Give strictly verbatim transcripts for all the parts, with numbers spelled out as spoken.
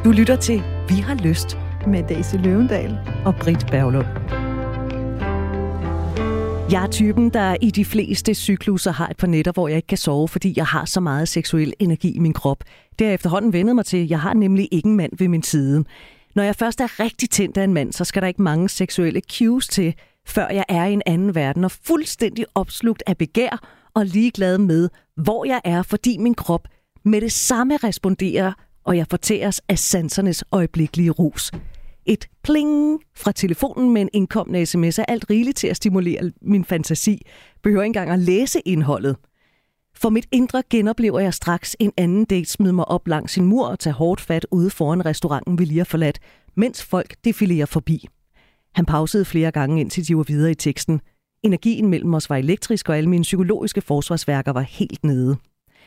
Du lytter til Vi har lyst med Daisy Løvendal og Britt Berglund. Jeg er typen, der i de fleste cykluser har et par nætter, hvor jeg ikke kan sove, fordi jeg har så meget seksuel energi i min krop. Det har jeg efterhånden vendet mig til. Jeg har nemlig ikke en mand ved min side. Når jeg først er rigtig tændt af en mand, så skal der ikke mange seksuelle cues til, før jeg er i en anden verden og fuldstændig opslugt af begær og ligeglad med, hvor jeg er, fordi min krop med det samme responderer, og jeg fortæres af sansernes øjeblikkelige rus. Et pling fra telefonen med en indkommende sms er alt rigeligt til at stimulere min fantasi. Behøver ikke engang at læse indholdet. For mit indre genoplever jeg straks en anden date smide mig op langs sin mur og tage hårdt fat ude foran restauranten, vi lige har forladt, mens folk defilerer forbi. Han pausede flere gange, indtil de var videre i teksten. Energien mellem os var elektrisk, og alle mine psykologiske forsvarsværker var helt nede.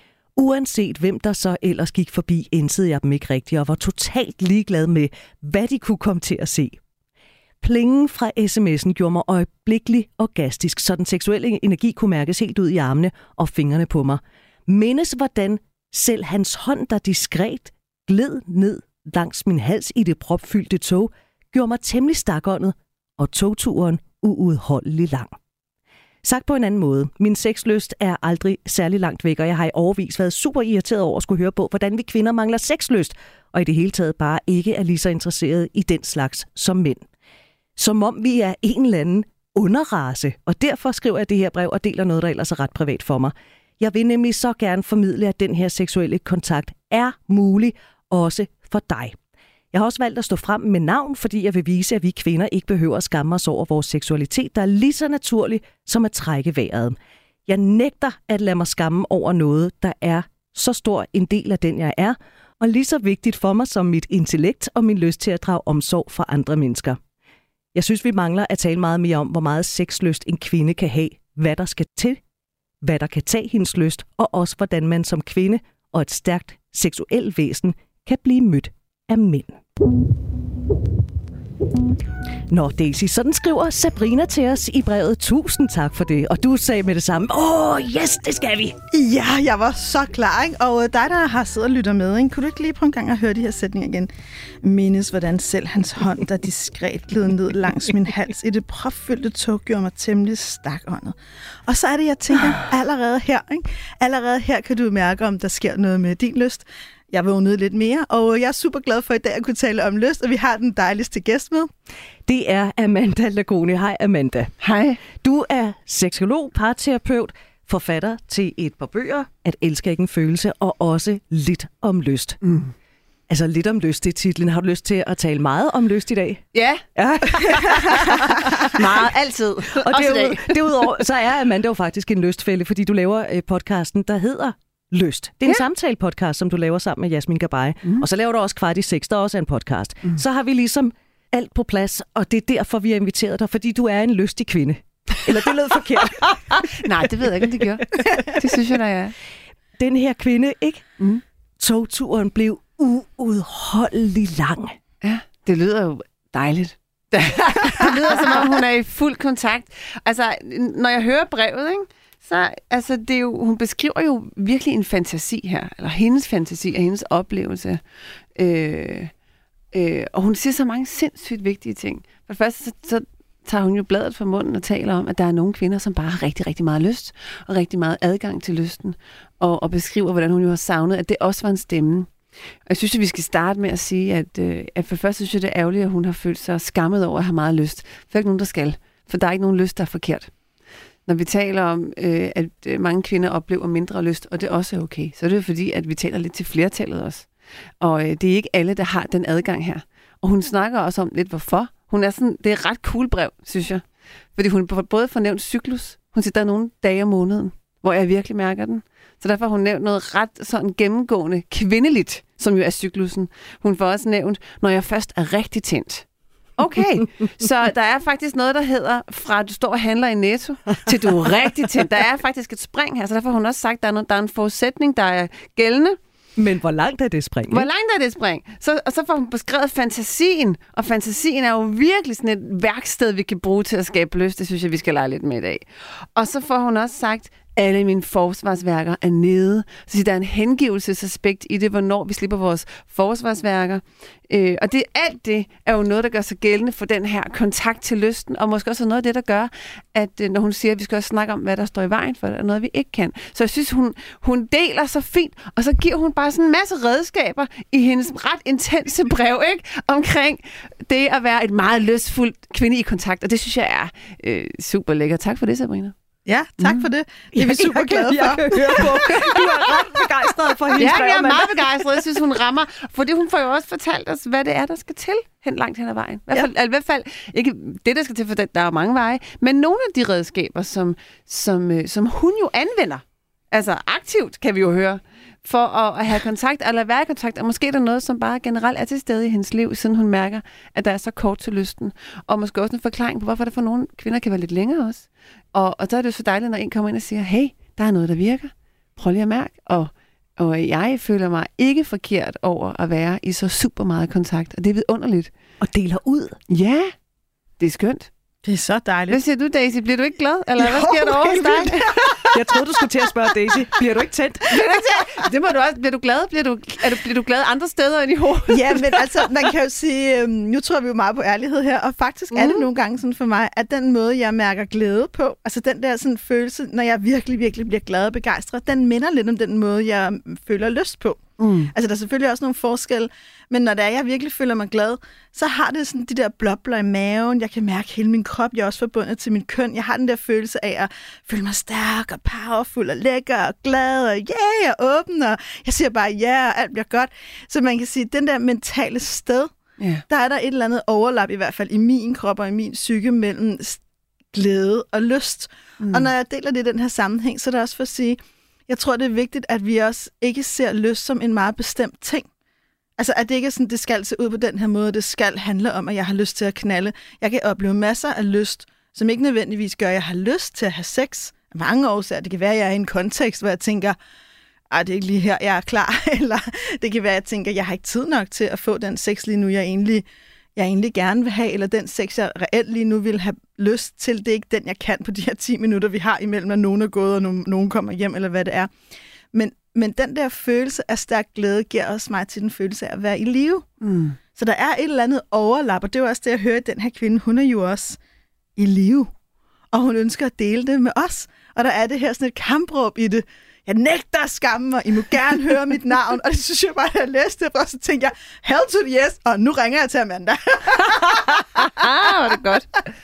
Uanset hvem der så ellers gik forbi, indsede jeg dem ikke rigtigt og var totalt ligeglad med, hvad de kunne komme til at se. Plingen fra sms'en gjorde mig øjeblikkelig orgastisk, så den seksuelle energi kunne mærkes helt ud i armene og fingrene på mig. Mindes hvordan selv hans hånd, der diskret gled ned langs min hals i det propfyldte tog, gjorde mig temmelig stakåndet og togturen uudholdelig lang. Sagt på en anden måde, min sexlyst er aldrig særlig langt væk, og jeg har i årevis været super irriteret over at skulle høre på, hvordan vi kvinder mangler sexlyst, og i det hele taget bare ikke er lige så interesseret i den slags som mænd. Som om vi er en eller anden underrace, og derfor skriver jeg det her brev og deler noget, der ellers er ret privat for mig. Jeg vil nemlig så gerne formidle, at den her seksuelle kontakt er mulig også for dig. Jeg har også valgt at stå frem med navn, fordi jeg vil vise, at vi kvinder ikke behøver at skamme os over vores seksualitet, der er lige så naturlig som at trække vejret. Jeg nægter at lade mig skamme over noget, der er så stor en del af den, jeg er, og lige så vigtigt for mig som mit intellekt og min lyst til at drage omsorg for andre mennesker. Jeg synes, vi mangler at tale meget mere om, hvor meget sexlyst en kvinde kan have, hvad der skal til, hvad der kan tage hendes lyst, og også hvordan man som kvinde og et stærkt seksuelt væsen kan blive mødt af mænd. Nå, Daisy, sådan skriver Sabrina til os i brevet. Tusind tak for det. Og du sagde med det samme, åh, oh, yes, det skal vi. Ja, jeg var så klar, ikke? Og dig, der har siddet og lytter med, ikke? Kunne du ikke lige prøve en gang at høre de her sætninger igen? Mindes, hvordan selv hans hånd, der diskret gled ned langs min hals i det propfyldte tog, gjorde mig temmelig stakåndet. Og så er det, jeg tænker, allerede her, ikke? Allerede her kan du mærke, om der sker noget med din lyst. Jeg vågnede lidt mere, og jeg er super glad for i dag at kunne tale om lyst, og vi har den dejligste gæst med. Det er Amanda Lagone. Hej Amanda. Hej. Du er seksolog, parterapeut, forfatter til et par bøger, At elske ikke en følelse, og også Lidt om lyst. Mm. Altså Lidt om lyst, det er titlen. Har du lyst til at tale meget om lyst i dag? Ja. ja. Meget, altid. Og derud, derudover, så er Amanda jo faktisk en lystfælde, fordi du laver podcasten, der hedder Lyst. Det er en ja. samtale-podcast, som du laver sammen med Jasmin Gabay. Mm. Og så laver du også Kvart i seks, der også er en podcast. Mm. Så har vi ligesom alt på plads, og det er derfor, vi har inviteret dig, fordi du er en lystig kvinde. Eller det lød forkert. Nej, det ved jeg ikke, om det gør. Det synes jeg, der er. Den her kvinde, ikke? Mm. Togturen blev uudholdelig lang. Ja, det lyder jo dejligt. Det lyder, som om hun er i fuld kontakt. Altså, når jeg hører brevet, ikke? Så altså, det er jo, hun beskriver jo virkelig en fantasi her, eller hendes fantasi og hendes oplevelse. Øh, øh, og hun siger så mange sindssygt vigtige ting. For det første, så, så tager hun jo bladet fra munden og taler om, at der er nogle kvinder, som bare har rigtig, rigtig meget lyst, og rigtig meget adgang til lysten, og, og beskriver, hvordan hun jo har savnet, at det også var en stemme. Og jeg synes, at vi skal starte med at sige, at, øh, at for det første synes jeg, det er ærgerligt, at hun har følt sig skammet over at have meget lyst. For der er ikke nogen, der skal. For der er ikke nogen lyst, der er forkert. Når vi taler om, øh, at mange kvinder oplever mindre lyst, og det også er okay, så er det jo fordi, at vi taler lidt til flertallet også. Og øh, det er ikke alle, der har den adgang her. Og hun snakker også om lidt, hvorfor. Hun er sådan, det er et ret cool brev, synes jeg. Fordi hun både får nævnt cyklus. Hun siger, der er nogle dage om måneden, hvor jeg virkelig mærker den. Så derfor har hun nævnt noget ret sådan gennemgående kvindeligt, som jo er cyklusen. Hun får også nævnt, når jeg først er rigtig tændt. Okay, så der er faktisk noget, der hedder, fra du står og handler i Netto, til du er rigtig tændt. Der er faktisk et spring her, så derfor har hun også sagt, at der er, noget, der er en forudsætning, der er gældende. Men hvor langt er det spring? Hvor langt er det spring? Så, og så får hun beskrevet fantasien, og fantasien er jo virkelig sådan et værksted, vi kan bruge til at skabe lyst. Det synes jeg, vi skal lege lidt med i dag. Og så får hun også sagt, alle mine forsvarsværker er nede. Så siger, der er en hengivelsesaspekt i det, hvornår vi slipper vores forsvarsværker. Øh, og det, alt det er jo noget, der gør sig gældende for den her kontakt til lysten, og måske også noget af det, der gør, at øh, når hun siger, at vi skal også snakke om, hvad der står i vejen for det, og noget, vi ikke kan. Så jeg synes, hun, hun deler så fint, og så giver hun bare sådan en masse redskaber i hendes ret intense brev, ikke? Omkring det at være et meget lystfuldt kvinde i kontakt, og det synes jeg er øh, super lækker. Tak for det, Sabrina. Ja, tak for det. Det er vi super glade for. Jeg kan høre på. Du er ret begejstret for hendes Ja, brev, jeg er men- meget begejstret. Jeg synes, hun rammer. Fordi hun får jo også fortalt os, hvad det er, der skal til hen langt hen ad vejen. I hvert fald, ja. i hvert fald ikke det, der skal til, for der er jo mange veje, men nogle af de redskaber, som, som, øh, som hun jo anvender, altså aktivt, kan vi jo høre, for at, at have kontakt, eller være i kontakt, og måske er der noget, som bare generelt er til stede i hendes liv, siden hun mærker, at der er så kort til lysten. Og måske også en forklaring på, hvorfor det for nogle kvinder kan være lidt længere også. Og, og så er det jo så dejligt, når en kommer ind og siger, hey, der er noget, der virker. Prøv lige at mærke. Og, og jeg føler mig ikke forkert over at være i så super meget kontakt. Og det er vidunderligt. Og deler ud. Ja, det er skønt. Det er så dejligt. Hvad siger du, Daisy? Bliver du ikke glad? Eller Jo, hvad sker der over hos helt dig? Jeg troede, du skulle til at spørge Daisy. Bliver du ikke tændt? Bliver du ikke til? Det må du også. Bliver du glad? Bliver du, er du, bliver du glad andre steder end i hovedet? Ja, men altså, man kan jo sige, øhm, nu tror vi jo meget på ærlighed her, og faktisk mm. er det nogle gange sådan for mig, at den måde, jeg mærker glæde på, altså den der sådan følelse, når jeg virkelig, virkelig bliver glad og begejstret, den minder lidt om den måde, jeg føler lyst på. Mm. Altså, der er selvfølgelig også nogle forskelle, men når det er, jeg virkelig føler mig glad, så har det sådan de der blobler i maven, jeg kan mærke hele min krop, jeg er også forbundet til min køn, jeg har den der følelse af at føle mig stærk og powerful og lækker og glad og yeah, og åben, og jeg siger bare ja, yeah, og alt bliver godt. Så man kan sige, den der mentale sted, yeah. der er der et eller andet overlap, i hvert fald i min krop og i min psyke, mellem glæde og lyst. Mm. Og når jeg deler det i den her sammenhæng, så er det også for at sige, jeg tror, det er vigtigt, at vi også ikke ser lyst som en meget bestemt ting. Altså, at det ikke er sådan, det skal se ud på den her måde, det skal handle om, at jeg har lyst til at knalde. Jeg kan opleve masser af lyst, som ikke nødvendigvis gør, at jeg har lyst til at have sex. Af mange årsager. Det kan være, at jeg er i en kontekst, hvor jeg tænker, ej, det er ikke lige her, jeg er klar. Eller det kan være, at jeg tænker, jeg har ikke tid nok til at få den sex lige nu, jeg egentlig, jeg egentlig gerne vil have, eller den sex, jeg reelt lige nu vil have lyst til. Det er ikke den, jeg kan på de her ti minutter, vi har imellem, når nogen er gået, og nogen kommer hjem, eller hvad det er. Men, men den der følelse af stærk glæde giver også mig til den følelse af at være i live. Mm. Så der er et eller andet overlap, og det er også det, jeg hører, den her kvinde, hun er jo også i live. Og hun ønsker at dele det med os. Og der er det her sådan et kampråb i det. Jeg nægter at skamme mig. I må gerne høre mit navn. Og det synes jeg bare, at jeg læste det, og så tænkte jeg, hell to the yes, og nu ringer jeg til Amanda. Ah, var det godt.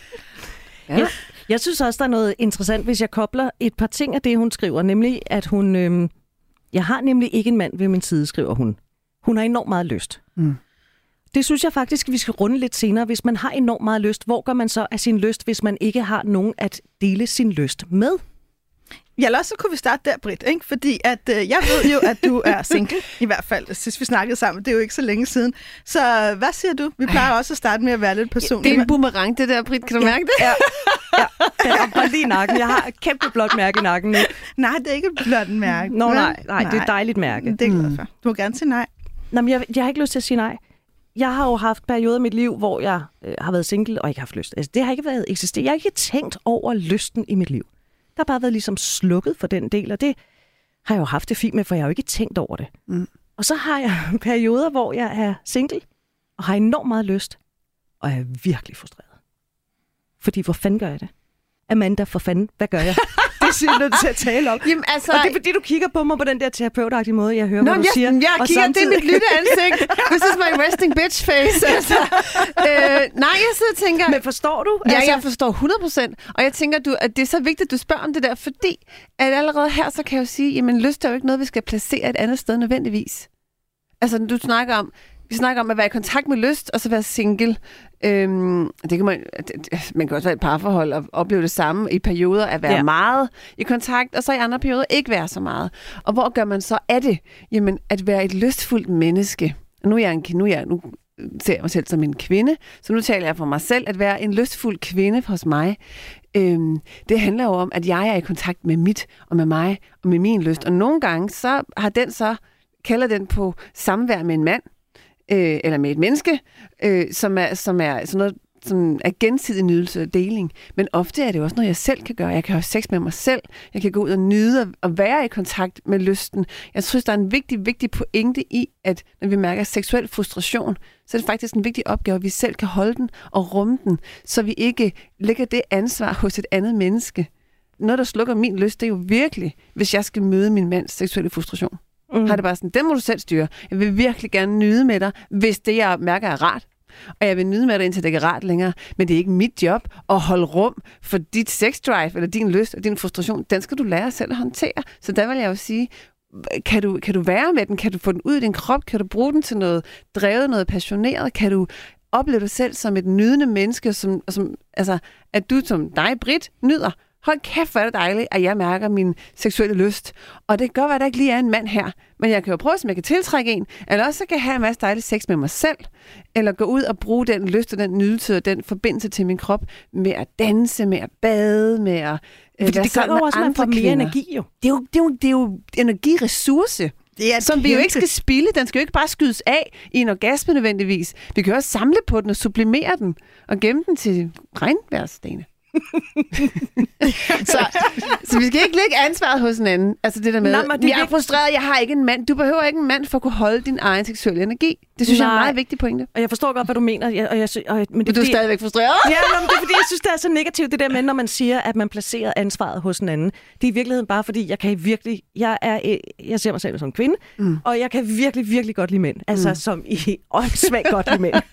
Ja. Jeg, jeg synes også, der er noget interessant, hvis jeg kobler et par ting af det, hun skriver. Nemlig, at hun... Øhm, jeg har nemlig ikke en mand ved min side, skriver hun. Hun har enormt meget lyst. Mm. Det synes jeg faktisk, vi skal runde lidt senere. Hvis man har enormt meget lyst, hvor gør man så af sin lyst, hvis man ikke har nogen at dele sin lyst med? Ja, eller så kunne vi starte der, Britt, ikke? Fordi at, øh, jeg ved jo, at du er single, i hvert fald, sidst vi snakkede sammen. Det er jo ikke så længe siden. Så hvad siger du? Vi plejer også at starte med at være lidt personlige. Det er en boomerang, det der, Britt. Kan du ja. mærke det? Ja, ja. Den er lige i nakken. Jeg har et kæmpe blåt mærke i nakken nu. Nej, det er ikke et blåt mærke. Nå, nej, nej, det er et dejligt mærke. Det er jeg glad for. Du må gerne sige nej. Nå, men jeg, jeg har ikke lyst til at sige nej. Jeg har jo haft perioder i mit liv, hvor jeg øh, har været single og ikke haft lyst. Altså, det har ikke været eksisteret. Jeg har ikke tænkt over lysten i mit liv. Der har bare været ligesom slukket for den del, og det har jeg jo haft det fint med, for jeg har jo ikke tænkt over det. Mm. Og så har jeg perioder, hvor jeg er single og har enormt meget lyst, og jeg er virkelig frustreret. Fordi, hvor fanden gør jeg det? Amanda, for fanden, hvad gør jeg? Det er simpelthen til at tale om. Jamen, altså... Og det er fordi, du kigger på mig på den der terapeutagtige måde, jeg hører, Nå, hvad du jeg, siger. Jeg og kigger, samtidig... det er mit lytteansigt. This is my resting bitch face. Altså. øh, nej, jeg sidder og tænker... Men forstår du? Ja, altså... jeg forstår hundrede procent. Og jeg tænker, du, at det er så vigtigt, at du spørger om det der, fordi at allerede her, så kan jeg jo sige, jamen lyst er jo ikke noget, vi skal placere et andet sted nødvendigvis. Altså, du snakker om... Vi snakker om at være i kontakt med lyst, og så være single. Øhm, det kan man, man kan også være i et parforhold og opleve det samme i perioder at være ja. meget i kontakt, og så i andre perioder ikke være så meget. Og hvor gør man så af det? Jamen, at være et lystfuldt menneske. Nu er jeg, en, nu er jeg nu ser jeg mig selv som en kvinde, så nu taler jeg for mig selv, at være en lystfuld kvinde hos mig. Øhm, det handler jo om, at jeg er i kontakt med mit, og med mig, og med min lyst. Og nogle gange, så har den så, kalder den på samvær med en mand, Øh, eller med et menneske, øh, som, er, som er sådan noget som er gensidig nydelse og deling. Men ofte er det også noget, jeg selv kan gøre. Jeg kan have sex med mig selv. Jeg kan gå ud og nyde og, og være i kontakt med lysten. Jeg synes, der er en vigtig, vigtig pointe i, at når vi mærker seksuel frustration, så er det faktisk en vigtig opgave, at vi selv kan holde den og rumme den, så vi ikke lægger det ansvar hos et andet menneske. Noget, der slukker min lyst, det er jo virkelig, hvis jeg skal møde min mands seksuelle frustration. Mm. Har det bare sådan, den må du selv styre. Jeg vil virkelig gerne nyde med dig, hvis det, jeg mærker, er rart. Og jeg vil nyde med dig, indtil det ikke er rart længere. Men det er ikke mit job at holde rum for dit sexdrive, eller din lyst og din frustration. Den skal du lære selv at håndtere. Så der vil jeg jo sige, kan du, kan du være med den? Kan du få den ud i din krop? Kan du bruge den til noget drevet, noget passioneret? Kan du opleve dig selv som et nydende menneske, som, som, altså, at du som dig, Britt, nyder? Hold kæft, hvor er det dejligt, at jeg mærker min seksuelle lyst. Og det kan godt være, at der ikke lige er en mand her. Men jeg kan jo prøve, om jeg kan tiltrække en. Eller også så kan jeg have en masse dejlig sex med mig selv. Eller gå ud og bruge den lyst og den nydelse og den forbindelse til min krop med at danse, med at bade, med at øh, det gør jo også, at man får mere energi jo. Det er jo, det er jo, det er jo energiressource, som vi jo ikke skal spilde. Den skal jo ikke bare skydes af i en orgasme nødvendigvis. Vi kan også samle på den og sublimere den og gemme den til regnværsdagene. så, så vi skal ikke lægge ansvaret hos en anden. Altså det der med, Nå, det jeg er frustreret, jeg har ikke en mand. Du behøver ikke en mand for at kunne holde din egen seksuelle energi. Det synes Nej. jeg er en meget vigtig pointe. Og jeg forstår godt, hvad du mener. Jeg, og jeg, og, men det, men du er fordi, stadigvæk frustreret? Ja, men det er fordi, jeg synes, det er så negativt, det der med, når man siger, at man placerer ansvaret hos en anden. Det er i virkeligheden bare fordi, jeg kan virkelig... Jeg, er, jeg ser mig selv som kvinde, mm. og jeg kan virkelig, virkelig godt lide mænd. Altså mm. som i åndssvagt godt lide mænd.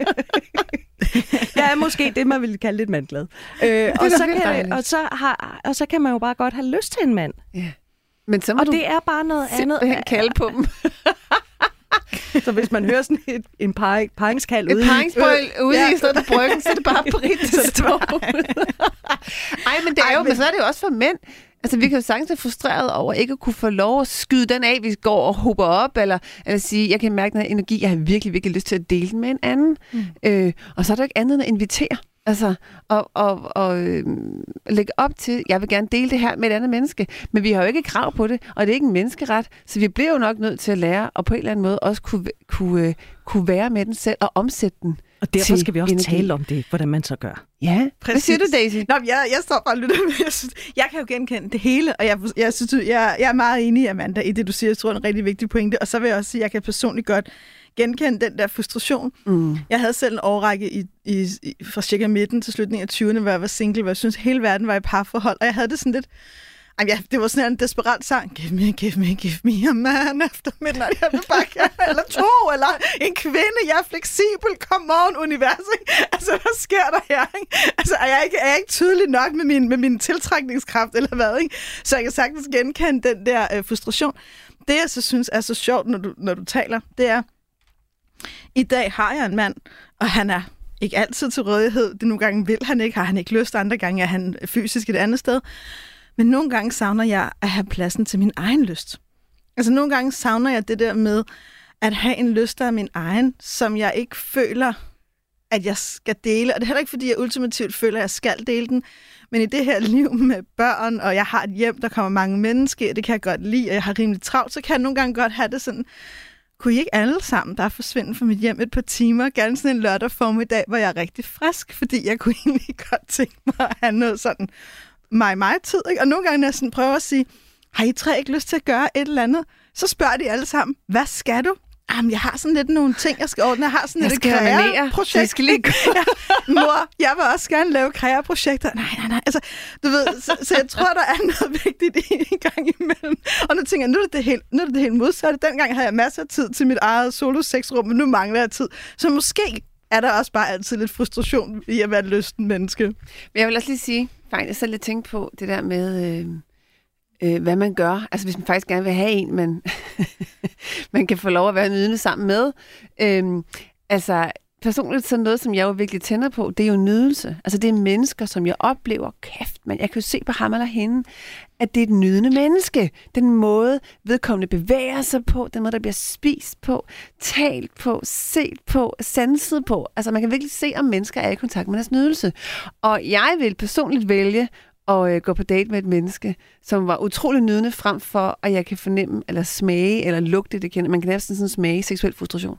Jeg er måske det, man ville kalde lidt mandglad. Øh, og, så kan, og, så har, og så kan man jo bare godt have lyst til en mand. Ja. Men så må og du det er bare noget andet. Kalde på dem. Så hvis man hører sådan et, en par, paringskald ude, paringsbrøl øh, ude ja. i stedet for bryggen, så er det bare Britt, der står. Ej, men det er Ej, jo, men så er det jo også for mænd. Altså, vi kan jo sagtens være frustreret over ikke at kunne få lov at skyde den af, vi går og hopper op, eller, eller sige, jeg kan mærke den her energi, jeg har virkelig, virkelig lyst til at dele den med en anden. Mm. Øh, og så er der ikke andet end at invitere. Altså, og, og, og øh, lægge op til, jeg vil gerne dele det her med et andet menneske, men vi har jo ikke krav på det, og det er ikke en menneskeret, så vi bliver jo nok nødt til at lære, og på en eller anden måde også kunne, kunne, øh, kunne være med den selv, og omsætte den. Og derfor skal vi også energi. tale om det, hvordan man så gør. Ja, præcis. Hvad siger du, Daisy? Nå, jeg, jeg står bare lidt med, jeg, synes, jeg kan jo genkende det hele, og jeg, jeg, synes, jeg, jeg er meget enig, Amanda, i det, du siger. Jeg tror, det er en rigtig vigtig pointe, og så vil jeg også sige, at jeg kan personligt godt genkende den der frustration. Mm. Jeg havde selv en årrække i, i, i, fra cirka midten til slutningen af tyverne, hvor jeg var single, hvor jeg synes, hele verden var i parforhold, og jeg havde det sådan lidt... Ej, ja, det var sådan en desperat sang. Give me, give me, give me a man after midnight. Jeg vil bare gerne, eller to, eller en kvinde. Jeg er fleksibel. Come on, univers. Ikke? Altså, hvad sker der her? Ikke? Altså, er jeg ikke, er jeg ikke tydelig nok med min, med min tiltrækningskraft, eller hvad? Ikke? Så jeg kan sagtens genkende den der øh, frustration. Det, jeg så synes er så sjovt, når du, når du taler, det er, i dag har jeg en mand, og han er ikke altid til rådighed. Det nogle gange vil han ikke, har han ikke lyst, andre gange er han fysisk et andet sted. Men nogle gange savner jeg at have pladsen til min egen lyst. Altså nogle gange savner jeg det der med at have en lyst, der er min egen, som jeg ikke føler, at jeg skal dele. Og det er heller ikke, fordi jeg ultimativt føler, at jeg skal dele den. Men i det her liv med børn, og jeg har et hjem, der kommer mange mennesker, og det kan jeg godt lide, og jeg har rimelig travlt, så kan jeg nogle gange godt have det sådan, kunne I ikke alle sammen, der er forsvindet fra mit hjem et par timer, gerne sådan en lørdag formiddag, hvor jeg er rigtig frisk, fordi jeg kunne egentlig godt tænke mig at have noget sådan mig-mig-tid, ikke? Og nogle gange, når jeg sådan prøver at sige, har I tre ikke lyst til at gøre et eller andet? Så spørger de alle sammen, hvad skal du? Jamen, jeg har sådan lidt nogle ting, jeg skal ordne. Jeg har sådan jeg lidt kreaprojekt. Jeg skal lige ja, mor, jeg vil også gerne lave kreaprojekter. Nej, nej, nej. Altså, du ved, så, så jeg tror, der er noget vigtigt i en gang imellem. Og nu tænker jeg, nu er det det helt, nu er det, det helt modsatte. Dengang havde jeg masser af tid til mit eget solo-sexrum, men nu mangler jeg tid. Så måske er der også bare altid lidt frustration i at være et lysten menneske. Men jeg vil også lige sige, faktisk så lidt tænke på det der med... Øh... Øh, hvad man gør. Altså hvis man faktisk gerne vil have en, man, man kan få lov at være nydende sammen med. Øhm, altså personligt sådan noget, som jeg jo virkelig tænder på, det er jo nydelse. Altså det er mennesker, som jeg oplever, kæft, men jeg kan jo se på ham eller hende, at det er et nydende menneske. Den måde, vedkommende bevæger sig på, den måde, der bliver spist på, talt på, set på, sanset på. Altså man kan virkelig se, om mennesker er i kontakt med deres nydelse. Og jeg vil personligt vælge og øh, gå på date med et menneske, som var utrolig nydende frem for, at jeg kan fornemme, eller smage, eller lugte det. Man kan næsten sådan smage seksuel frustration.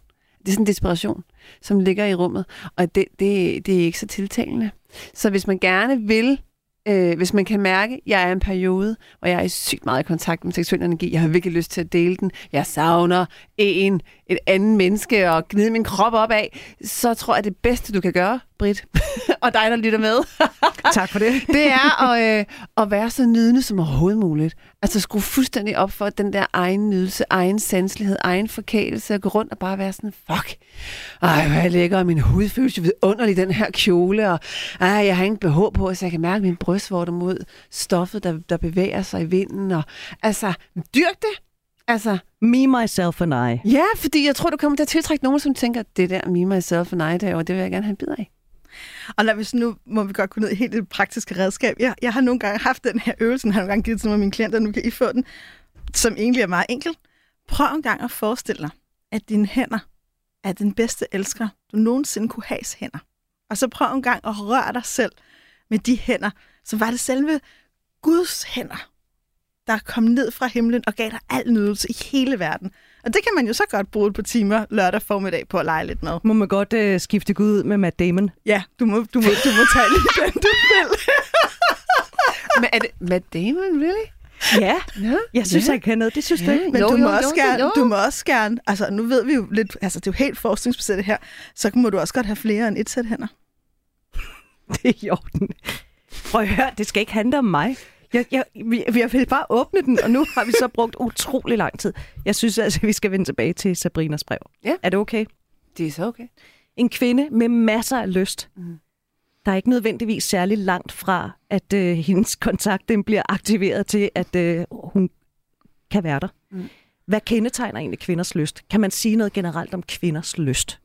Det er sådan en desperation, som ligger i rummet, og det, det, det er ikke så tiltalende. Så hvis man gerne vil, øh, hvis man kan mærke, at jeg er i en periode, hvor jeg er i sygt meget i kontakt med seksuel energi, jeg har virkelig lyst til at dele den, jeg savner en, et andet menneske og gnide min krop op af, så tror jeg, det bedste, du kan gøre, Britt, og dig, der lytter med, tak for det, det er at, øh, at være så nydende som overhovedet muligt. Altså skrue fuldstændig op for den der egen nydelse, egen sanselighed, egen forkælelse, og gå rundt og bare være sådan, fuck, ej, hvor jeg lækker, og min hud føles jo vidunderlig, den her kjole, og ej, jeg har ingen B H på, så jeg kan mærke min brystvorter mod stoffet, der, der bevæger sig i vinden, og altså, dyrk det. Altså, me, myself and I. Ja, fordi jeg tror, du kommer til at tiltrække nogen, som tænker, det der me, myself and I derovre, det vil jeg gerne have en bid af. Og når vi så nu må vi godt gå ned i helt det praktiske redskab. Jeg, jeg har nogle gange haft den her øvelse, jeg har nogle gange givet til nogle af mine klienter, nu kan I få den, som egentlig er meget enkel. Prøv en gang at forestille dig, at dine hænder er den bedste elsker, du nogensinde kunne have hænder. Og så prøv en gang at røre dig selv med de hænder, som var det selve Guds hænder, der kom ned fra himlen og gav dig al nydelse i hele verden. Og det kan man jo så godt bruge på timer lørdag formiddag på at lege lidt med. Må man godt øh, skifte Gud ud med Matt Damon? Ja, du må, du må, du må tage lige den, du vil. Men er det Matt Damon, really? Ja, ja. Jeg synes, ja. jeg kan noget. Det synes ja. du ikke? Men jo, du, må jo, også jo, gerne, jo. du må også gerne, altså nu ved vi jo lidt, altså det er jo helt forskningsbaseret her, så må du også godt have flere end et sæt hænder. Det er i orden. Prøv at høre, det skal ikke handle om mig. Jeg, jeg, vi, vi vil bare åbne den, og nu har vi så brugt utrolig lang tid. Jeg synes altså, at vi skal vende tilbage til Sabrinas brev. Ja. Er det okay? Det er så okay. En kvinde med masser af lyst. Mm. Der er ikke nødvendigvis særlig langt fra, at øh, hendes kontakt den bliver aktiveret til, at øh, hun kan være der. Mm. Hvad kendetegner egentlig kvinders lyst? Kan man sige noget generelt om kvinders lyst?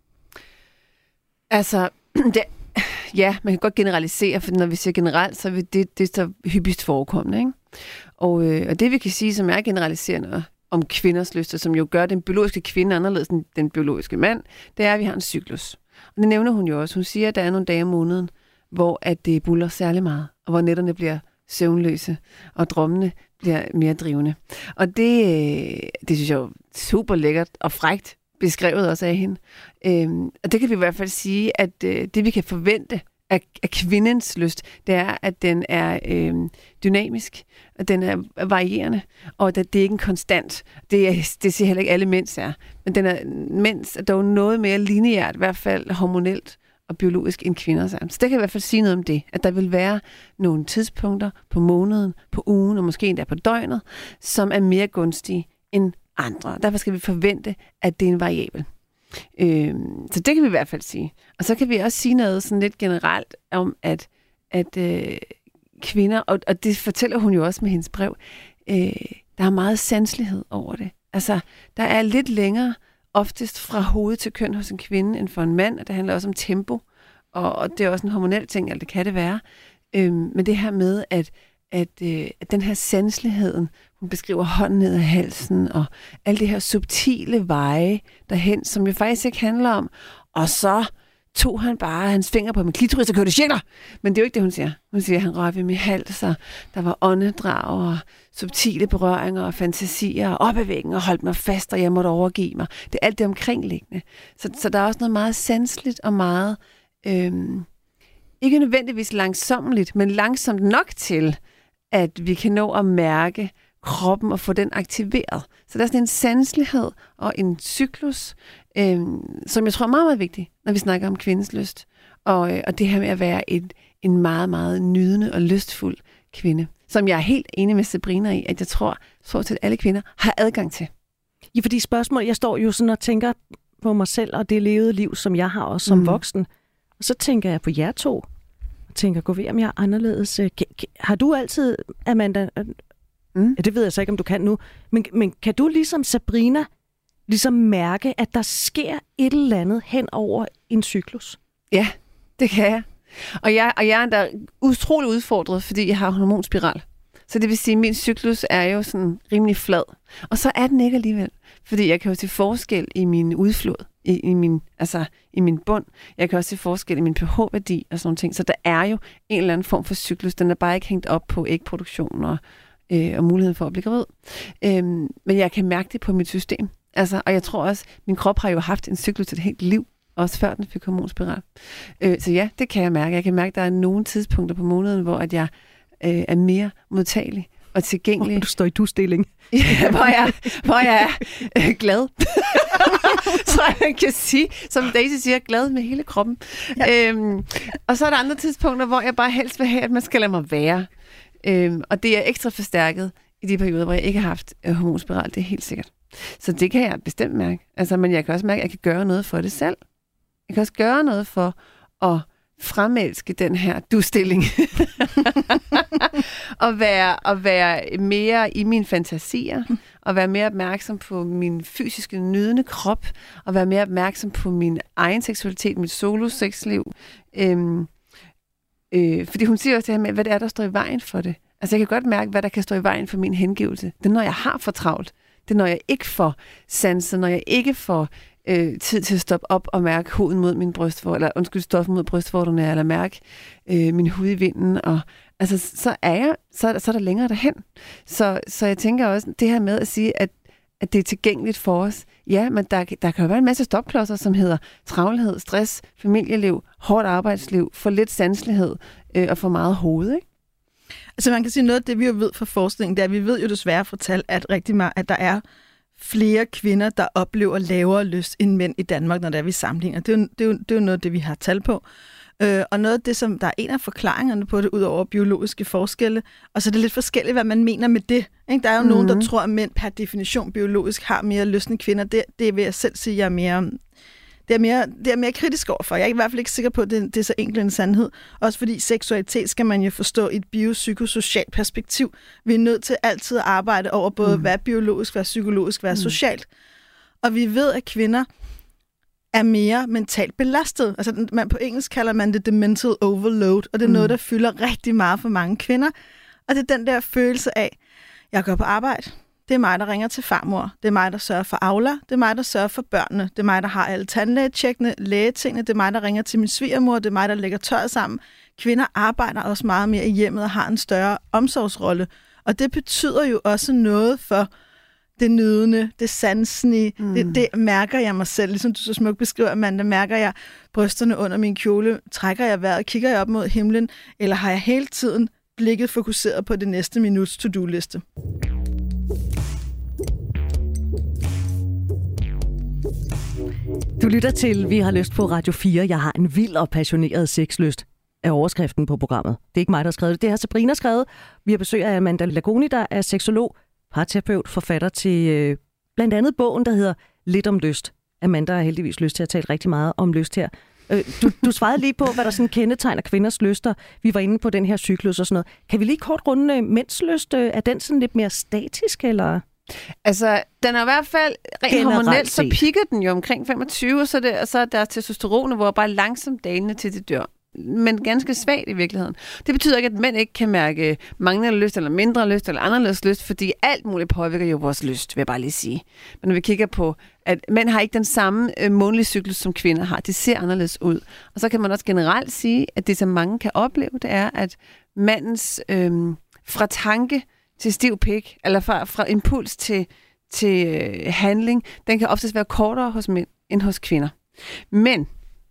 Altså, det, ja, man kan godt generalisere, for når vi siger generelt, så er det, det er så hyppigst forekommende. Ikke? Og, øh, og det vi kan sige, som er generaliserende om kvinders lyster, som jo gør den biologiske kvinde anderledes end den biologiske mand, det er, at vi har en cyklus. Og det nævner hun jo også. Hun siger, at der er nogle dage om måneden, hvor at det buller særlig meget, og hvor nætterne bliver søvnløse, og drømmene bliver mere drivende. Og det, det synes jeg er super lækkert og frækt beskrevet også af hende. Øhm, og det kan vi i hvert fald sige, at øh, det vi kan forvente af, af kvindens lyst, det er, at den er øh, dynamisk, og den er varierende, og at det er ikke en konstant. Det, er, det siger heller ikke alle mænds er. Men den er, mænds er dog noget mere lineært, i hvert fald hormonelt og biologisk, end kvinders er. Så det kan i hvert fald sige noget om det, at der vil være nogle tidspunkter på måneden, på ugen, og måske endda på døgnet, som er mere gunstige end andre. Derfor skal vi forvente, at det er en variabel. Øhm, så det kan vi i hvert fald sige. Og så kan vi også sige noget sådan lidt generelt om, at, at øh, kvinder, og, og det fortæller hun jo også med hendes brev, øh, der er meget sanselighed over det. Altså, der er lidt længere, oftest fra hoved til køn hos en kvinde end for en mand, og det handler også om tempo, og, og det er også en hormonel ting, eller det kan det være. Øhm, men det her med, at At, øh, at den her sanseligheden, hun beskriver hånden ned ad halsen, og alle de her subtile veje derhen, som jo faktisk ikke handler om, og så tog han bare hans finger på min klitoris og kørte sjæler. Men det er jo ikke det, hun siger. Hun siger, at han rørte ved min hals, og der var åndedrag og subtile berøringer og fantasier og op ad væggen og holdt mig fast, og jeg måtte overgive mig. Det er alt det omkringliggende. Så, så der er også noget meget sanseligt og meget, øhm, ikke nødvendigvis langsommeligt, men langsomt nok til, at vi kan nå at mærke kroppen og få den aktiveret. Så der er sådan en sanselighed og en cyklus, øh, som jeg tror er meget, meget vigtig, når vi snakker om kvindens lyst. Og, øh, og det her med at være et, en meget, meget nydende og lystfuld kvinde, som jeg er helt enig med Sabrina i, at jeg tror, så at alle kvinder har adgang til. Ja, fordi spørgsmål, jeg står jo sådan og tænker på mig selv og det levede liv, som jeg har også som mm. voksen. Og så tænker jeg på jer to, og tænker, gå ved, om jeg er anderledes. Har du altid, Amanda, mm. det ved jeg så ikke, om du kan nu, men, men kan du ligesom Sabrina ligesom mærke, at der sker et eller andet hen over en cyklus? Ja, det kan jeg. Og jeg, og jeg er da utrolig udfordret, fordi jeg har hormonspiral. Så det vil sige, at min cyklus er jo sådan rimelig flad. Og så er den ikke alligevel. Fordi jeg kan jo se forskel i min udflod, i, i, min, altså, i min bund. Jeg kan også se forskel i min pH-værdi og sådan nogle ting. Så der er jo en eller anden form for cyklus. Den er bare ikke hængt op på ægproduktion og, øh, og muligheden for at blive gravid. Øhm, men jeg kan mærke det på mit system. Altså, og jeg tror også, min krop har jo haft en cyklus et helt liv, også før den fik hormonspiral. Øh, så ja, det kan jeg mærke. Jeg kan mærke, at der er nogle tidspunkter på måneden, hvor at jeg øh, er mere modtagelig og tilgængelig. Hvor du står i du-stilling. Ja, hvor jeg, hvor jeg er øh, glad. Så jeg kan sige, som Daisy siger, glad med hele kroppen. Ja. Øhm, og så er der andre tidspunkter, hvor jeg bare helst vil have, at man skal lade mig være. Øhm, og det er ekstra forstærket i de perioder, hvor jeg ikke har haft øh, hormonspiral. Det er helt sikkert. Så det kan jeg bestemt mærke. Altså, men jeg kan også mærke, at jeg kan gøre noget for det selv. Jeg kan også gøre noget for at fremelske den her du-stilling. og, være, og være mere i mine fantasier, og være mere opmærksom på min fysiske nydende krop, og være mere opmærksom på min egen seksualitet, mit solo-sexliv. Øhm, øh, fordi hun siger også det her med, hvad det er, der står i vejen for det. Altså jeg kan godt mærke, hvad der kan stå i vejen for min hengivelse. Det er, når jeg har for travlt. Det er, når jeg ikke får sanser, når jeg ikke får øh, tid til at stoppe op og mærke huden mod min brystvorter, eller undskyld, stoffen mod brystvorterne, eller mærke øh, min hud i vinden. Og, altså, så er jeg, så, så er der længere derhen. Så, så jeg tænker også, det her med at sige, at, at det er tilgængeligt for os. Ja, men der, der kan jo være en masse stopklodser, som hedder travlhed, stress, familieliv, hårdt arbejdsliv, for lidt sanselighed øh, og for meget hoved, ikke? Altså man kan sige noget af det, vi jo ved fra forskningen, det er, at vi ved jo desværre fra tal, at rigtig meget, at der er flere kvinder, der oplever lavere lyst end mænd i Danmark, når der er vi sammenligner. Det er, jo, det, er jo, det er jo noget af det, vi har tal på. Øh, og noget af det, som der er en af forklaringerne på det, ud over biologiske forskelle, og så er det lidt forskelligt, hvad man mener med det. Ikke? Der er jo mm-hmm. nogen, der tror, at mænd per definition biologisk har mere lyst end kvinder. Det, det vil jeg selv sige, jeg er mere... Det er, mere, det er mere kritisk overfor. Jeg er i hvert fald ikke sikker på, at det, det er så enkelt en sandhed. Også fordi seksualitet skal man jo forstå i et biopsykosocialt perspektiv. Vi er nødt til altid at arbejde over både, mm. hvad er biologisk, hvad er psykologisk, hvad er mm. socialt. Og vi ved, at kvinder er mere mentalt belastet. Altså, man, på engelsk kalder man det the mental overload, og det er mm. noget, der fylder rigtig meget for mange kvinder. Og det er den der følelse af, jeg går på arbejde. Det er mig, der ringer til farmor. Det er mig, der sørger for Aula. Det er mig, der sørger for børnene. Det er mig, der har alle tandlægetjekkene, lægetingene. Det er mig, der ringer til min svigermor. Det er mig, der lægger tøjet sammen. Kvinder arbejder også meget mere i hjemmet og har en større omsorgsrolle. Og det betyder jo også noget for det nydende, det sansende. Mm. Det, det mærker jeg mig selv. Ligesom du så smukt beskriver, Amanda, mærker jeg brysterne under min kjole. Trækker jeg vejret? Kigger jeg op mod himlen? Eller har jeg hele tiden blikket fokuseret på det næste minuts to-do-liste? Du lytter til Vi har lyst på Radio fire. Jeg har en vild og passioneret sexlyst af overskriften på programmet. Det er ikke mig, der har skrevet det. Det har Sabrina skrevet. Vi har besøg af Amanda Lagoni, der er seksolog, parterapeut, forfatter til øh, blandt andet bogen, der hedder Lidt om lyst. Amanda har heldigvis lyst til at tale rigtig meget om lyst her. Øh, du, du svarede lige på, hvad der sådan kendetegner kvinders lyster. Vi var inde på den her cyklus og sådan noget. Kan vi lige kort runde mænds lyst? Er den sådan lidt mere statisk, eller... Altså, den er i hvert fald rent hormonelt, så piker den jo omkring femogtyve, og så, det, og så er der testosteron, hvor bare langsomt dalende til det dør. Men ganske svagt i virkeligheden. Det betyder ikke, at mænd ikke kan mærke manglende lyst, eller mindre lyst, eller anderledes lyst, fordi alt muligt påvirker jo vores lyst, vil jeg bare lige sige. Men når vi kigger på, at mænd har ikke den samme øh, månedlige cyklus, som kvinder har. Det ser anderledes ud. Og så kan man også generelt sige, at det, som mange kan opleve, det er, at mandens øh, fra tanke til stiv pik, eller fra, fra impuls til, til øh, handling, den kan oftest være kortere hos mænd end hos kvinder. Men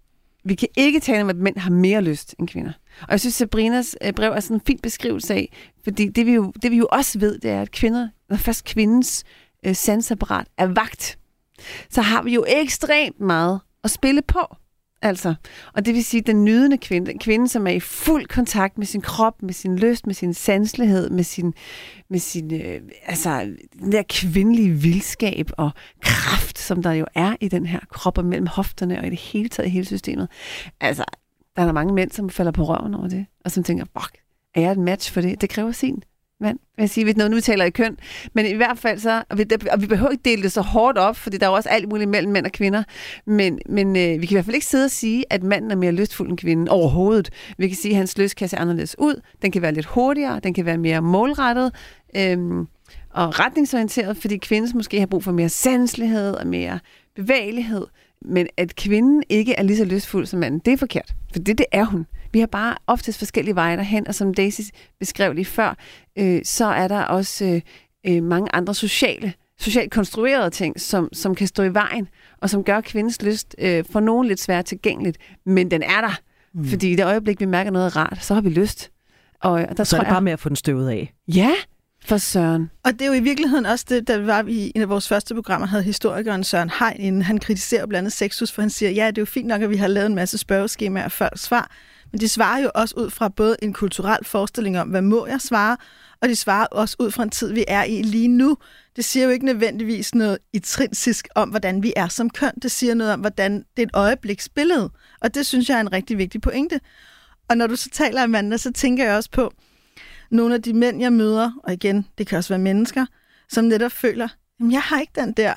vi kan ikke tale om, at mænd har mere lyst end kvinder. Og jeg synes, Sabrinas øh, brev er sådan en fin beskrivelse af, fordi det vi, jo, det vi jo også ved, det er, at kvinder, når først kvindens øh, sansapparat er vagt, så har vi jo ekstremt meget at spille på. Altså, og det vil sige, den nydende kvinde, den kvinde, som er i fuld kontakt med sin krop, med sin lyst, med sin sanselighed, med sin, med sin øh, altså, den der kvindelige vildskab og kraft, som der jo er i den her krop og mellem hofterne og i det hele taget i hele systemet. Altså, der er der mange mænd, som falder på røven over det, og som tænker, fuck, er jeg et match for det? Det kræver sin mand, vil jeg sige, hvis noget nu taler i køn. Men i hvert fald så, og vi, og vi behøver ikke dele det så hårdt op, fordi der er jo også alt muligt mellem mænd og kvinder, men, men øh, vi kan i hvert fald ikke sidde og sige, at manden er mere lystfuld end kvinden overhovedet. Vi kan sige, at hans lyst kan se anderledes ud. Den kan være lidt hurtigere, den kan være mere målrettet øhm, og retningsorienteret, fordi kvinden måske har brug for mere sanselighed og mere bevægelighed. Men at kvinden ikke er lige så lystfuld som manden, det er forkert. For det, det er hun. Vi har bare oftest forskellige veje derhen, og som Daisy beskrev lige før, øh, så er der også øh, mange andre sociale socialt konstruerede ting, som, som kan stå i vejen, og som gør kvindens lyst øh, for nogen lidt svært tilgængeligt. Men den er der. Mm. Fordi i det øjeblik, vi mærker noget rart, så har vi lyst. Og, og der så tror er det bare jeg, med at få den støvet af. Ja, for søren. Og det er jo i virkeligheden også det, da vi var i en af vores første programmer, havde historikeren Søren Hein inden. Han kritiserer blandt andet Sexus, for han siger, ja, det er jo fint nok, at vi har lavet en masse spørgeskemaer før svar, men de svarer jo også ud fra både en kulturel forestilling om, hvad må jeg svare, og de svarer også ud fra en tid, vi er i lige nu. Det siger jo ikke nødvendigvis noget intrinsisk om, hvordan vi er som køn. Det siger noget om, hvordan det er et øjebliksbillede. Og det synes jeg er en rigtig vigtig pointe. Og når du så taler, Amanda, så tænker jeg også på nogle af de mænd, jeg møder, og igen, det kan også være mennesker, som netop føler, jamen jeg har ikke den der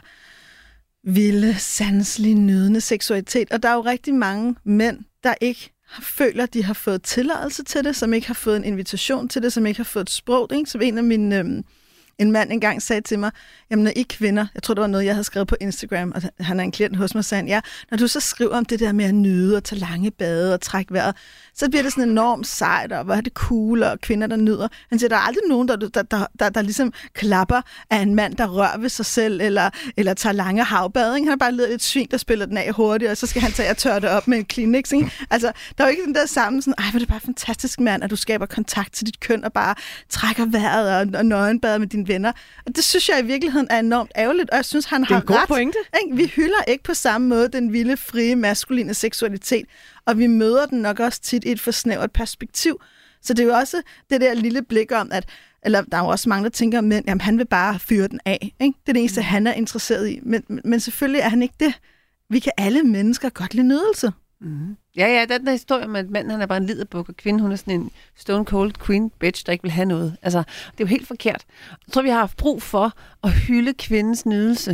vilde, sanselige, nydende seksualitet. Og der er jo rigtig mange mænd, der ikke føler, de har fået tilladelse til det, som ikke har fået en invitation til det, som ikke har fået et sprog. Ikke? Som en af mine, øhm, en mand engang sagde til mig, jamen når I kvinder, jeg tror det var noget, jeg havde skrevet på Instagram, og han er en klient hos mig, sagde han, ja, når du så skriver om det der med at nyde og tage lange bade og trække vejret, så bliver det sådan enormt sejt, og hvor er det cool, og kvinder, der nyder. Han siger, der er aldrig nogen, der, der, der, der, der ligesom klapper af en mand, der rører ved sig selv, eller, eller tager lange havbade. Ikke? Han har bare ledet et svin, der spiller den af hurtigt, og så skal han tage og tørre det op med en Kleenex. Ikke? Altså, der er jo ikke den der samme sådan, ej, hvor er det bare fantastisk, mand, at du skaber kontakt til dit køn, og bare trækker vejret og, og nøgenbader med dine venner. Og det synes jeg i virkeligheden er enormt ærgerligt, og jeg synes, han har ret. Det er en god pointe. Ikke? Vi hylder ikke på samme måde den vilde, frie, maskuline seksualitet, og vi møder den nok også tit i et for snævert perspektiv. Så det er jo også det der lille blik om, at eller der er jo også mange, der tænker, at jamen, han vil bare fyre den af. Ikke? Det er det eneste, han er interesseret i. Men, men selvfølgelig er han ikke det. Vi kan alle mennesker godt lide nydelse. Mm. Ja, ja, den der historie med, at manden han er bare en liderbuk, og kvinden hun er sådan en stone cold queen bitch, der ikke vil have noget. Altså, det er jo helt forkert. Jeg tror, vi har haft brug for at hylde kvindens nydelse,